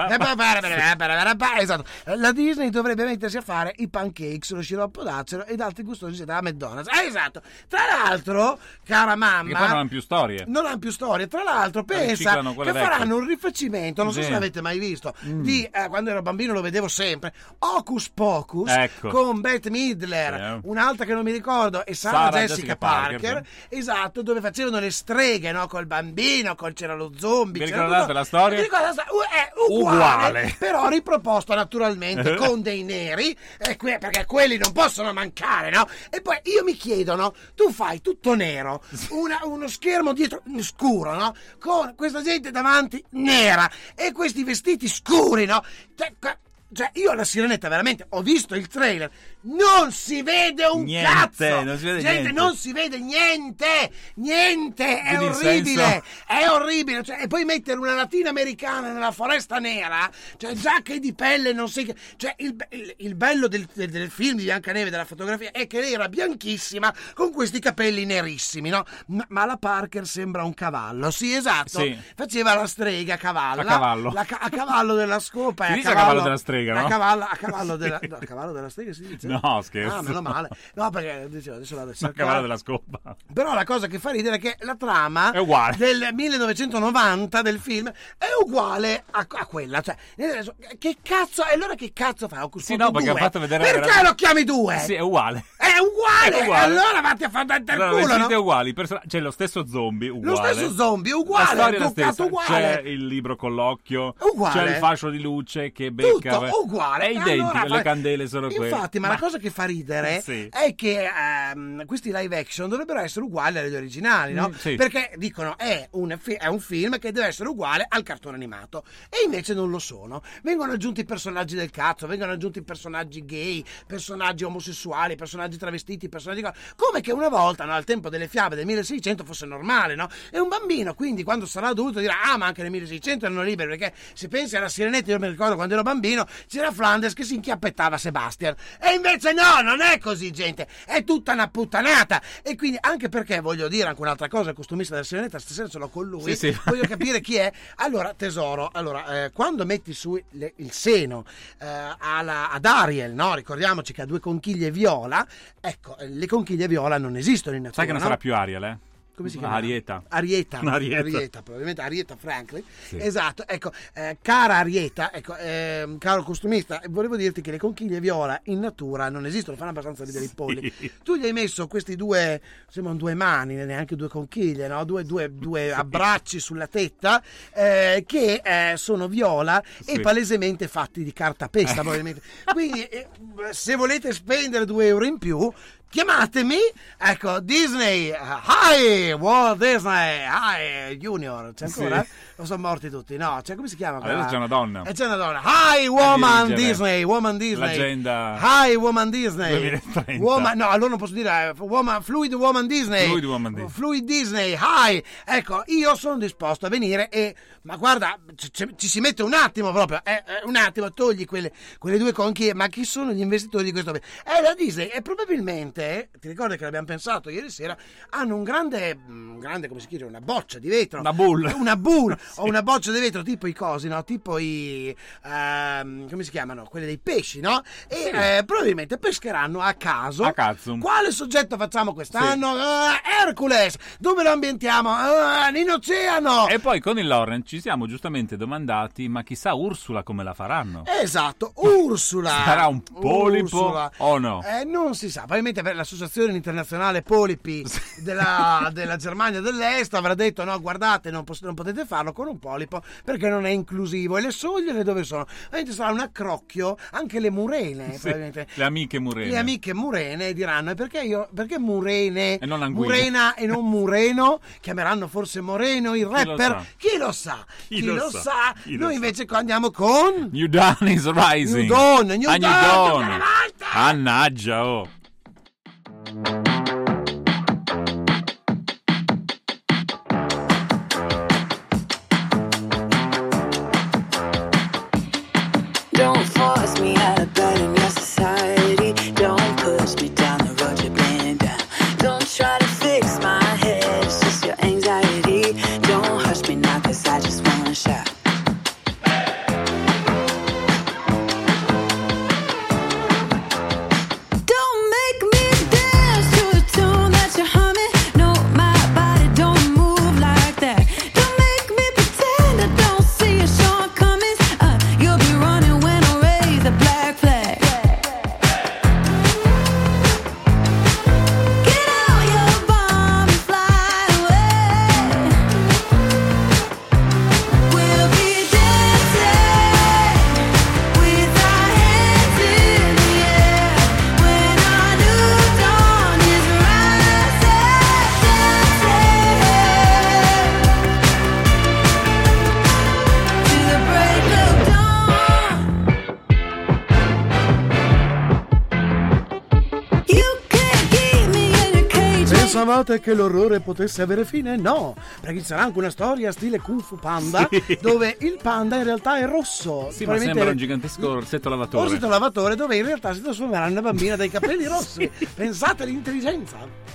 Hill. Esatto. La Disney dovrebbe mettersi a fare i pancakes, lo sciroppo d'acero ed altri gustosi da McDonald's. Eh, esatto. Tra l'altro, cara mamma, che poi non hanno più storie. Non hanno più storie. Tra l'altro, pensa che vecchie. faranno un rifacimento. Non so sì. se l'avete mai visto. Mm. Di eh, quando ero bambino lo vedevo sempre. Hocus Pocus ecco. con Bette Midler, yeah. un'altra che non mi ricordo, e Sarah, Sarah Jessica, Jessica Parker. Parker. Esatto, dove facevano le streghe, no? Col bambino, col c'era lo zombie. Vi ricordate la storia? Mi ricordo la storia. È uguale, uguale, però riproposto naturalmente con dei neri, eh, que- perché quelli non possono mancare, no? E poi io mi chiedo, no? Tu fai tutto nero, una, uno schermo dietro scuro, no? Con questa gente davanti nera e questi vestiti scuri, no? Cioè, Cioè, io alla Sirenetta veramente ho visto il trailer, non si vede un niente, cazzo, non si vede gente, niente. non si vede niente, niente, è Quindi orribile, è orribile, cioè, e poi mettere una latinoamericana nella foresta nera, cioè giacche di pelle, non si, cioè il, il, il bello del, del, del film di Biancaneve, della fotografia, è che lei era bianchissima con questi capelli nerissimi, no? Ma, ma la Parker sembra un cavallo, sì, esatto, sì. Faceva la strega cavalla, a cavallo, la, a cavallo della scopa, si e a dice cavallo, a cavallo della strega, no? A cavallo, a cavallo della, no, a cavallo della strega si dice? No, scherzo. Ah, meno male. No, perché adesso, adesso vado a cercare. A cavallo della scopa. Però la cosa che fa ridere è che la trama è uguale. Del millenovecentonovanta del film è uguale a, a quella. Cioè, che cazzo? E allora che cazzo fa? Hocus sì, no, perché due? ha fatto vedere. Perché veramente... lo chiami due? Sì, è uguale. È uguale. È uguale. Allora vatti a far dante al allora, culo, no? Siete uguali. Person... C'è lo stesso zombie uguale. Lo stesso zombie uguale. La storia è la stessa. Uguale. C'è il libro con l'occhio. Uguale. C'è il fascio di luce che becca. Tutto uguale. È identico. Allora, le candele sono quelle. Infatti, ma, ma la cosa che fa ridere sì. è che um, questi live action dovrebbero essere uguali agli originali, no? Mm, sì. Perché dicono è un, fi- è un film che deve essere uguale al cartone animato e invece non lo sono. Vengono aggiunti personaggi del cazzo, vengono aggiunti personaggi gay, personaggi omosessuali, personaggi travestiti, personaggi come che una volta, no, al tempo delle fiabe del milleseicento fosse normale, no? E un bambino quindi quando sarà adulto dirà ah ma anche nel milleseicento erano liberi, perché se pensi alla Sirenetta, io mi ricordo quando ero bambino c'era Flanders che si inchiappettava Sebastian e invece no, non è così, gente, è tutta una puttanata. E quindi anche perché voglio dire anche un'altra cosa, il costumista della Sirenetta stasera ce l'ho con lui, sì, sì. voglio capire chi è. Allora tesoro, allora eh, quando metti su le, il seno eh, alla, ad Ariel, no? Ricordiamoci che ha due conchiglie viola, ecco, le conchiglie viola non esistono in natura. Sai che non no? sarà più Ariel, eh? Come si chiama? Arieta. Arieta. Arieta. Arieta, probabilmente Arieta Franklin. Sì. Esatto, ecco, eh, cara Arieta, ecco, eh, caro costumista, volevo dirti che le conchiglie viola in natura non esistono, fanno abbastanza ridere i polli. Sì. Tu gli hai messo questi due, sembrano due mani, neanche due conchiglie, no? Due, due, due abbracci sulla tetta eh, che eh, sono viola sì. e palesemente fatti di cartapesta, probabilmente. Quindi, eh, se volete spendere due euro in più, chiamatemi, ecco, Disney, hi, Walt Disney, hi, Junior, c'è ancora? Sì. O sono morti tutti? No, cioè, come si chiama? Adesso c'è una donna. E c'è una donna, hi, woman dirigere Disney, woman Disney. l'agenda Hi, woman Disney. duemilatrenta. Woman, no, allora non posso dire, eh, woman, fluid woman Disney. Fluid woman Disney. Fluid Disney, hi. Ecco, io sono disposto a venire e, ma guarda, c- c- ci si mette un attimo proprio, eh, eh, un attimo, togli quelle, quelle due conchie, ma chi sono gli investitori di questo? È la Disney e probabilmente, ti ricordi che l'abbiamo pensato ieri sera, hanno un grande, un grande, come si chiama, una boccia di vetro. Una bull. Una bull, sì. O una boccia di vetro, tipo i cosi, no? Tipo i, ehm, come si chiamano? Quelli dei pesci, no? E Sì. eh, probabilmente pescheranno a caso. A cazzo. Quale soggetto facciamo quest'anno? Uh, Hercules. Dove lo ambientiamo? Uh, in oceano. E poi con il Lauren ci siamo giustamente domandati, ma chissà Ursula come la faranno? Esatto, Ursula. Sarà un polipo Ursula. o no? Eh, non si sa, probabilmente per l'associazione internazionale polipi della, della Germania dell'Est avrà detto no, guardate, non, poss- non potete farlo con un polipo perché non è inclusivo. E le soglie dove sono? Probabilmente sarà un accrocchio, anche le murene, Sì, probabilmente. le amiche murene. Le amiche murene diranno: e perché io, perché murene E non anguille. Murena e non Mureno? Chiameranno forse Moreno il lo rapper? sa? Chi lo sa? Chi Chi lo lo sa? sa? Chi lo Noi sa? invece qua andiamo con New Dawn is rising. New Dawn, New Ah, Dawn, Dawn. tutta la volta! Annaggia, oh. Don't force me out of bed in your society. Don't push me down the road you've been down. Don't try to fix my head, it's just your anxiety. Don't hush me now, cause I just wanna shout. Don't make me dance to the tune that you're humming. No, my body don't move like that. Don't make me pretend I don't see your shortcomings. Uh, you'll be running when I raise the black flag. Get out your bomb and fly away. We'll be dancing with our hands in the air when our new dawn is rising. To the break of dawn. You can't keep me in a cage. Pensavate che l'orrore potesse avere fine? No, perché ci sarà anche una storia stile Kung Fu Panda dove il panda in realtà è rosso. Sì, ma sembra un gigantesco orsetto lavatore. orsetto lavatore dove in realtà si trasformerà in una bambina dai capelli rossi. Pensate all'intelligenza.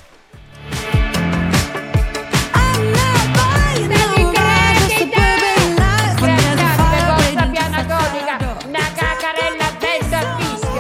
Vostra piana conica, una cacarella dentro al fischio.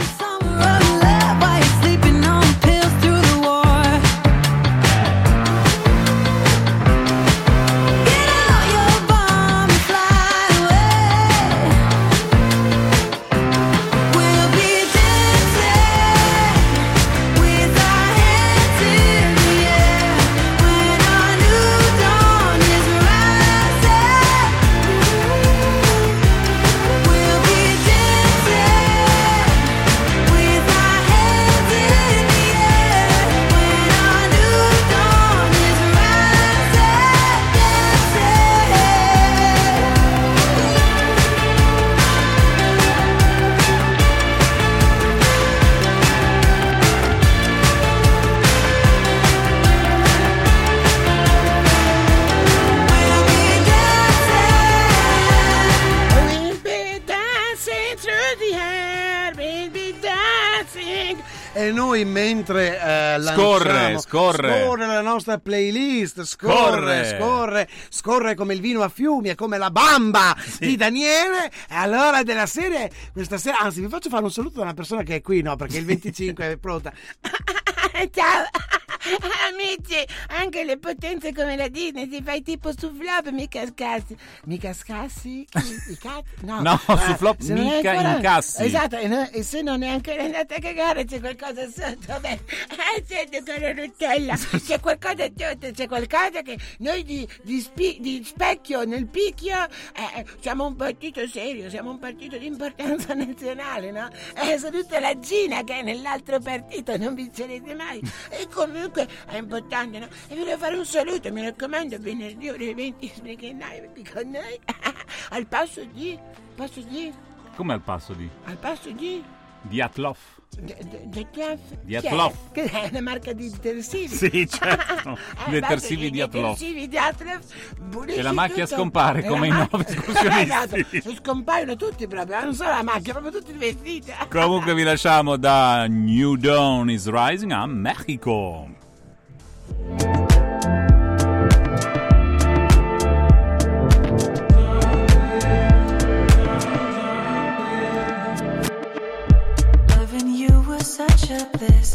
We'll be dancing through the air, we'll be dancing. E noi mentre eh, lanciamo, Scorre, scorre. scorre la nostra playlist, scorre, Scorre. scorre, scorre come il vino a fiumi, è come la bamba di Daniele. E allora della serie, questa sera, anzi vi faccio fare un saluto da una persona che è qui, no? Perché il venticinque è pronta. Ciao, Amici, anche le potenze come la Disney si fai tipo su flop, mica scassi. Mica scassi? I, i cazzi? No, No, Ah, su flop se non è mica ancora- incassi. Esatto, e, no- e se non è ancora andata a cagare c'è qualcosa sotto. Beh, eh, senti con la Nutella, c'è qualcosa sotto, c'è qualcosa che noi di, di, spi- di specchio nel picchio eh, siamo un partito serio, siamo un partito di importanza nazionale, no? Eh, saluto la Gina che è nell'altro partito, non vincerete mai. E comunque è importante, no? E volevo fare un saluto, mi raccomando, venerdì ore venti Sbrighinaio con noi al passo di, passo di, Come al passo di al passo di Diatlov. Diatlov. Diatlov. Che è una marca di detersivi. Sì, certo. Eh, Detersivi basta, Diatlov. detersivi Diatlov, buonissimi E la macchia tutto. scompare E come la i macchia- nuovi escursionisti. Esatto, e scompaiono tutti proprio, non solo la macchia, proprio tutti vestiti. Comunque vi lasciamo da New Dawn is Rising a Mexico. Loving you was such a bliss.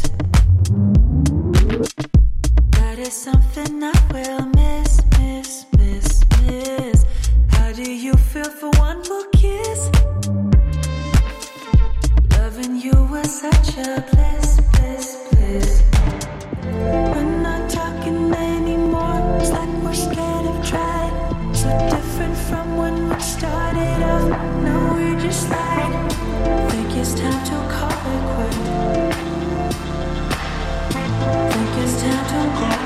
That is something I will miss, miss, miss, miss. How do you feel for one more kiss? Loving you was such a bliss, bliss, bliss. We're not talking anymore. It's like we're scared of trying. So different from when we started off. Now we're just like, think it's time to call it quits. Think it's time to call.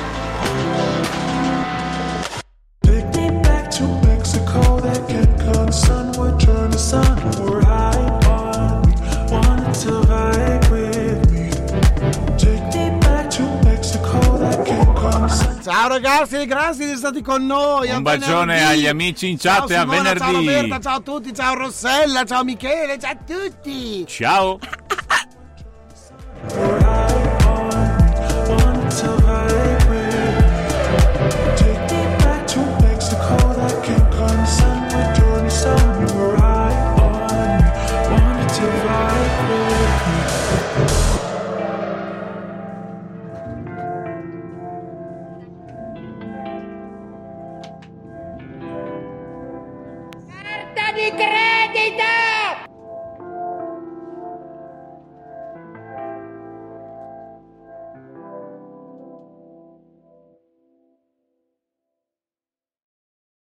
Take me back to Mexico, that Cancun sun would turn to sun. We're high on me, wanted to vibe with me. Take me back to Mexico, that Cancun sun. Ciao ragazzi, grazie di essere stati con noi. a Un bacione venerdì. agli amici in chat Ciao e a Simona, venerdì. Ciao Roberta, ciao a tutti, ciao Rossella, ciao Michele, ciao a tutti. Ciao. Wanted to vibe with me. Take me back to Mexico, that Cancun sun would turn to sun. You were high on me, wanted to vibe with me. Carta di credito!